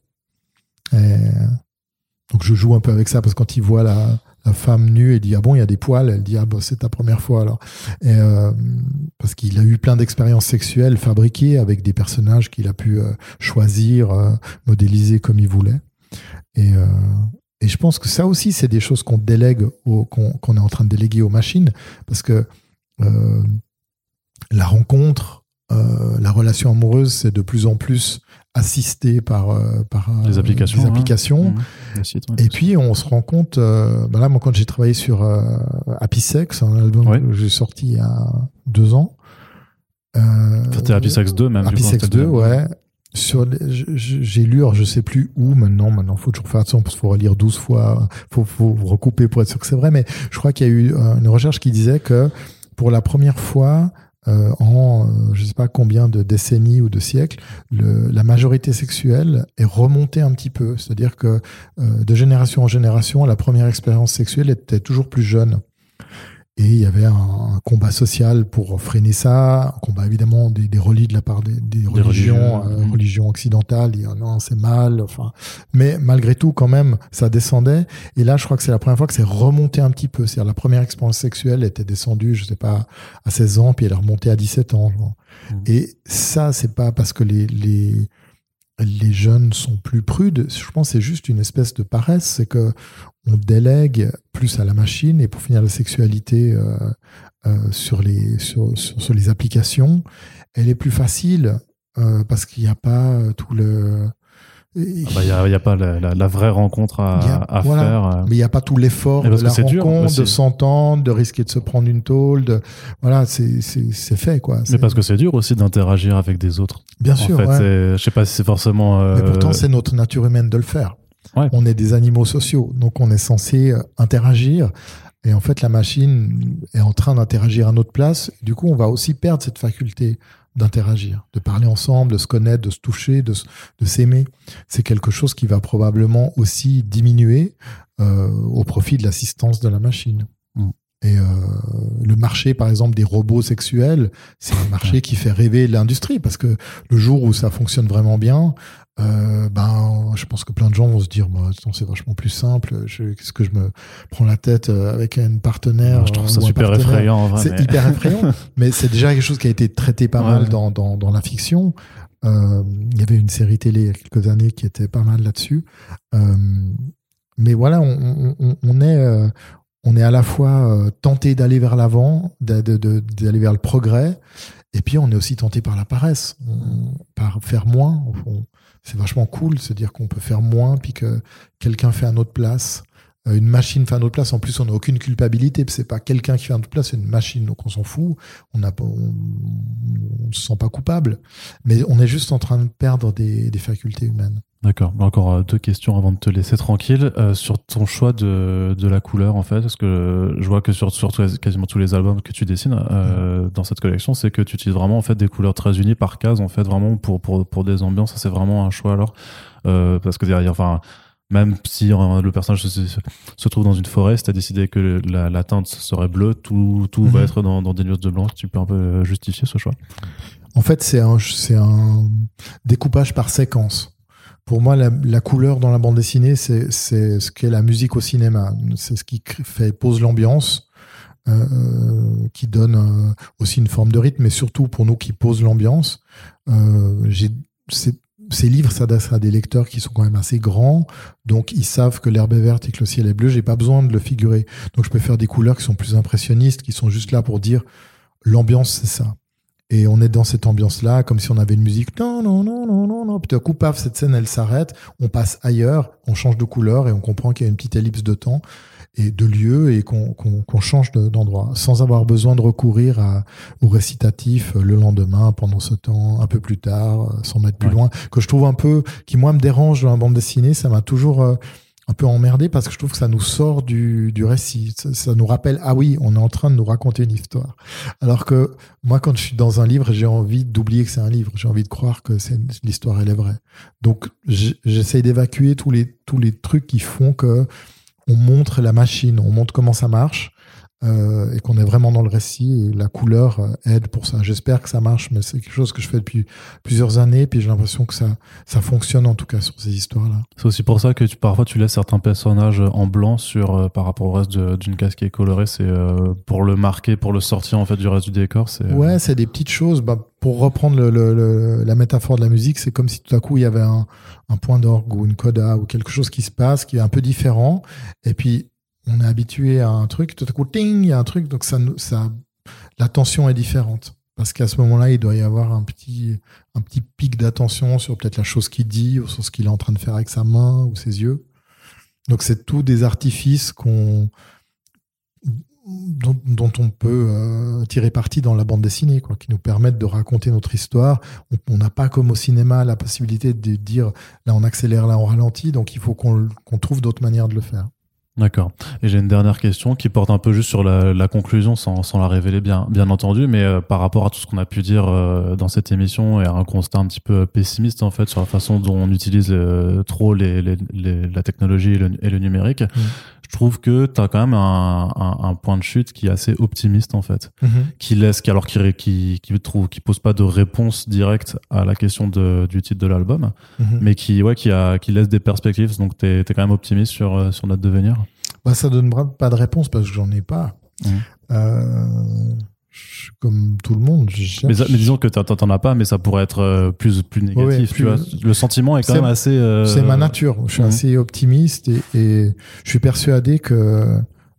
Donc je joue un peu avec ça, parce que quand il voit la femme nue, il dit ah bon, il y a des poils, elle dit ah bah c'est ta première fois alors, et parce qu'il a eu plein d'expériences sexuelles fabriquées avec des personnages qu'il a pu choisir, modéliser comme il voulait, et je pense que ça aussi c'est des choses qu'on délègue qu'on est en train de déléguer aux machines, parce que la rencontre, la relation amoureuse, c'est de plus en plus assisté par les applications. Et puis on se rend compte, là moi quand j'ai travaillé sur Happy Sex, un album que j'ai sorti il y a 2 ans, c'était Happy Sex 2 même. Happy Sex 2, ouais. J'ai lu, alors je sais plus où maintenant faut toujours faire attention parce qu'il faut relire 12 fois, faut recouper pour être sûr que c'est vrai, mais je crois qu'il y a eu une recherche qui disait que pour la première fois je sais pas combien de décennies ou de siècles, la majorité sexuelle est remontée un petit peu. C'est-à-dire que de génération en génération, la première expérience sexuelle était toujours plus jeune. Et il y avait un combat social pour freiner ça, un combat évidemment des relis de la part des religions occidentales. Dire non, c'est mal. Enfin, mais malgré tout, quand même, ça descendait. Et là, je crois que c'est la première fois que c'est remonté un petit peu. C'est-à-dire la première expérience sexuelle était descendue, je sais pas, à 16 ans, puis elle est remontée à 17 ans. Et ça, c'est pas parce que les jeunes sont plus prudes. Je pense que c'est juste une espèce de paresse. C'est que on délègue plus à la machine. Et pour finir, la sexualité sur les applications, elle est plus facile parce qu'il n'y a pas tout le... Il y a pas la vraie rencontre à faire. Mais il n'y a pas tout l'effort de la rencontre, de s'entendre, de risquer de se prendre une tôle. Voilà, c'est fait, quoi. Mais parce que c'est dur aussi d'interagir avec des autres. Bien sûr. En fait, je sais pas si c'est forcément. Mais pourtant, c'est notre nature humaine de le faire. Ouais. On est des animaux sociaux, donc on est censé interagir. Et en fait, la machine est en train d'interagir à notre place. Du coup, on va aussi perdre cette faculté d'interagir, de parler ensemble, de se connaître, de se toucher, de s'aimer. C'est quelque chose qui va probablement aussi diminuer au profit de l'assistance de la machine. Et le marché, par exemple, des robots sexuels, c'est un marché qui fait rêver l'industrie, parce que le jour où ça fonctionne vraiment bien, je pense que plein de gens vont se dire, c'est vachement plus simple. Qu'est-ce que je me prends la tête avec une partenaire? Je trouve ça super effrayant. En vrai, c'est hyper effrayant, mais c'est déjà quelque chose qui a été traité pas mal dans la fiction. Il y avait une série télé il y a quelques années qui était pas mal là-dessus. Mais voilà, on est à la fois tenté d'aller vers l'avant, d'aller vers le progrès, et puis on est aussi tenté par la paresse, par faire moins. C'est vachement cool de se dire qu'on peut faire moins, puis que quelqu'un fait à notre place, une machine fait à notre place. En plus, on n'a aucune culpabilité, puis c'est pas quelqu'un qui fait à notre place, c'est une machine, donc on s'en fout. On se sent pas coupable, mais on est juste en train de perdre des facultés humaines. D'accord. Encore 2 questions avant de te laisser tranquille. Sur ton choix de la couleur, en fait, parce que je vois que sur quasiment tous les albums que tu dessines dans cette collection, c'est que tu utilises vraiment en fait des couleurs très unies par case, en fait, vraiment pour des ambiances. Ça, c'est vraiment un choix alors, parce que derrière, enfin, même si le personnage se trouve dans une forêt, si tu as décidé que la teinte serait bleue, tout va être dans des nuances de blanc. Tu peux un peu justifier ce choix? En fait, c'est un découpage par séquence. Pour moi, la couleur dans la bande dessinée, c'est ce qu'est la musique au cinéma. C'est ce qui pose l'ambiance, qui donne aussi une forme de rythme, mais surtout pour nous qui pose l'ambiance. Ces livres s'adressent à des lecteurs qui sont quand même assez grands, donc ils savent que l'herbe est verte et que le ciel est bleu. J'ai pas besoin de le figurer. Donc je peux faire des couleurs qui sont plus impressionnistes, qui sont juste là pour dire l'ambiance, c'est ça. Et on est dans cette ambiance-là, comme si on avait une musique. Non, non, non, non, non, non. Puis tout à coup, paf, cette scène, elle s'arrête. On passe ailleurs, on change de couleur et on comprend qu'il y a une petite ellipse de temps et de lieu et qu'on change d'endroit, sans avoir besoin de recourir au récitatif le lendemain, pendant ce temps, un peu plus tard, sans mettre plus loin. Que je trouve un peu, qui moi me dérange dans la bande dessinée, ça m'a toujours un peu emmerdé parce que je trouve que ça nous sort du récit. Ça nous rappelle, ah oui, on est en train de nous raconter une histoire. Alors que moi, quand je suis dans un livre, j'ai envie d'oublier que c'est un livre. J'ai envie de croire que l'histoire, elle est vraie. Donc, j'essaye d'évacuer tous les trucs qui font que on montre la machine, on montre comment ça marche, et qu'on est vraiment dans le récit, et la couleur aide pour ça. J'espère que ça marche, mais c'est quelque chose que je fais depuis plusieurs années, puis j'ai l'impression que ça fonctionne en tout cas sur ces histoires-là. C'est aussi pour ça que parfois tu laisses certains personnages en blanc par rapport au reste d'une case qui est colorée, c'est pour le marquer, pour le sortir en fait du reste du décor. Ouais, c'est des petites choses. Pour reprendre la métaphore de la musique, c'est comme si tout à coup il y avait un point d'orgue ou une coda ou quelque chose qui se passe, qui est un peu différent, et puis on est habitué à un truc, tout à coup, ting, il y a un truc, donc la tension est différente. Parce qu'à ce moment-là, il doit y avoir un petit pic d'attention sur peut-être la chose qu'il dit, ou sur ce qu'il est en train de faire avec sa main ou ses yeux. Donc c'est tout des artifices dont on peut tirer parti dans la bande dessinée, quoi, qui nous permettent de raconter notre histoire. On n'a pas, comme au cinéma, la possibilité de dire là on accélère, là on ralentit, donc il faut qu'on trouve d'autres manières de le faire. D'accord. Et j'ai une dernière question qui porte un peu juste sur la conclusion, sans la révéler bien entendu, mais par rapport à tout ce qu'on a pu dire dans cette émission et à un constat un petit peu pessimiste en fait sur la façon dont on utilise trop la technologie et le numérique. je trouve que t'as quand même un point de chute qui est assez optimiste en fait, qui pose pas de réponse directe à la question du titre de l'album, mais qui laisse des perspectives. Donc t'es quand même optimiste sur notre devenir. Bah, ça donne pas de réponse parce que j'en ai pas. Je suis comme tout le monde. Mais disons que t'en as pas, mais ça pourrait être plus négatif. Tu vois, le sentiment est quand même assez. C'est ma nature. Je suis assez optimiste et je suis persuadé que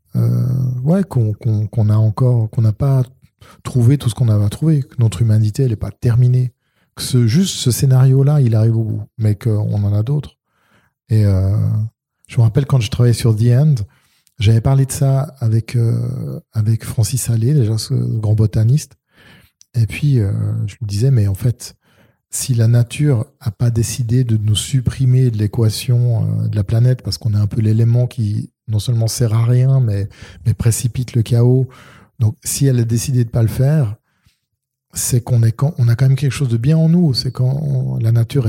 qu'on n'a pas trouvé tout ce qu'on avait à trouver, que notre humanité elle est pas terminée, que juste ce scénario-là il arrive au bout, mais qu'on en a d'autres. Et je me rappelle quand je travaillais sur The End. J'avais parlé de ça avec Francis Allais, déjà ce grand botaniste. Et puis, je me disais, mais en fait, si la nature a pas décidé de nous supprimer de l'équation de la planète, parce qu'on est un peu l'élément qui non seulement sert à rien, mais précipite le chaos. Donc, si elle a décidé de pas le faire, c'est qu'on a quand même quelque chose de bien en nous. C'est quand la nature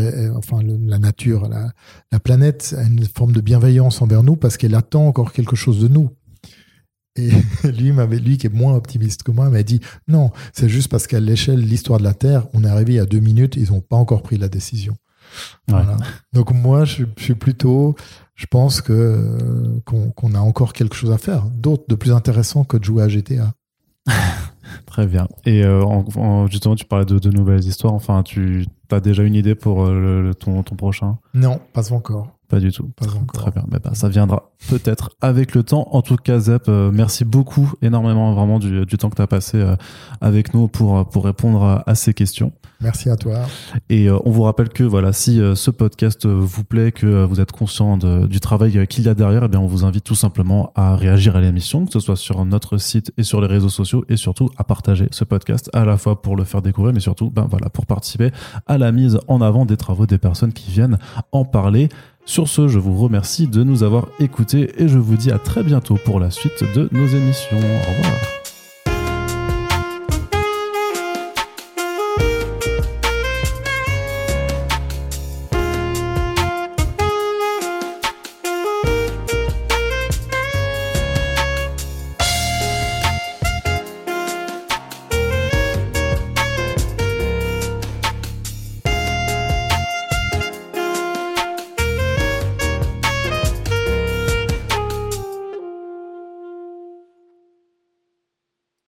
la planète a une forme de bienveillance envers nous parce qu'elle attend encore quelque chose de nous. Et lui qui est moins optimiste que moi, m'a dit non, c'est juste parce qu'à l'échelle de l'histoire de la Terre, on est arrivé il y a 2 minutes, ils n'ont pas encore pris la décision. Ouais. Voilà. Donc moi, je suis plutôt, je pense qu'on a encore quelque chose à faire, d'autres de plus intéressant que de jouer à GTA. Très bien. Et justement, tu parlais de nouvelles histoires. Enfin, tu as déjà une idée pour ton prochain ? Non, pas encore. Pas du tout. Pas encore. Très bien. Mais ça viendra peut-être avec le temps. En tout cas, Zep, merci beaucoup, énormément, vraiment du temps que tu as passé avec nous pour répondre à ces questions. Merci à toi. Et on vous rappelle que voilà, si ce podcast vous plaît, que vous êtes conscient du travail qu'il y a derrière, eh bien, on vous invite tout simplement à réagir à l'émission, que ce soit sur notre site et sur les réseaux sociaux, et surtout à partager ce podcast, à la fois pour le faire découvrir, mais surtout, pour participer à la mise en avant des travaux des personnes qui viennent en parler. Sur ce, je vous remercie de nous avoir écoutés et je vous dis à très bientôt pour la suite de nos émissions. Au revoir.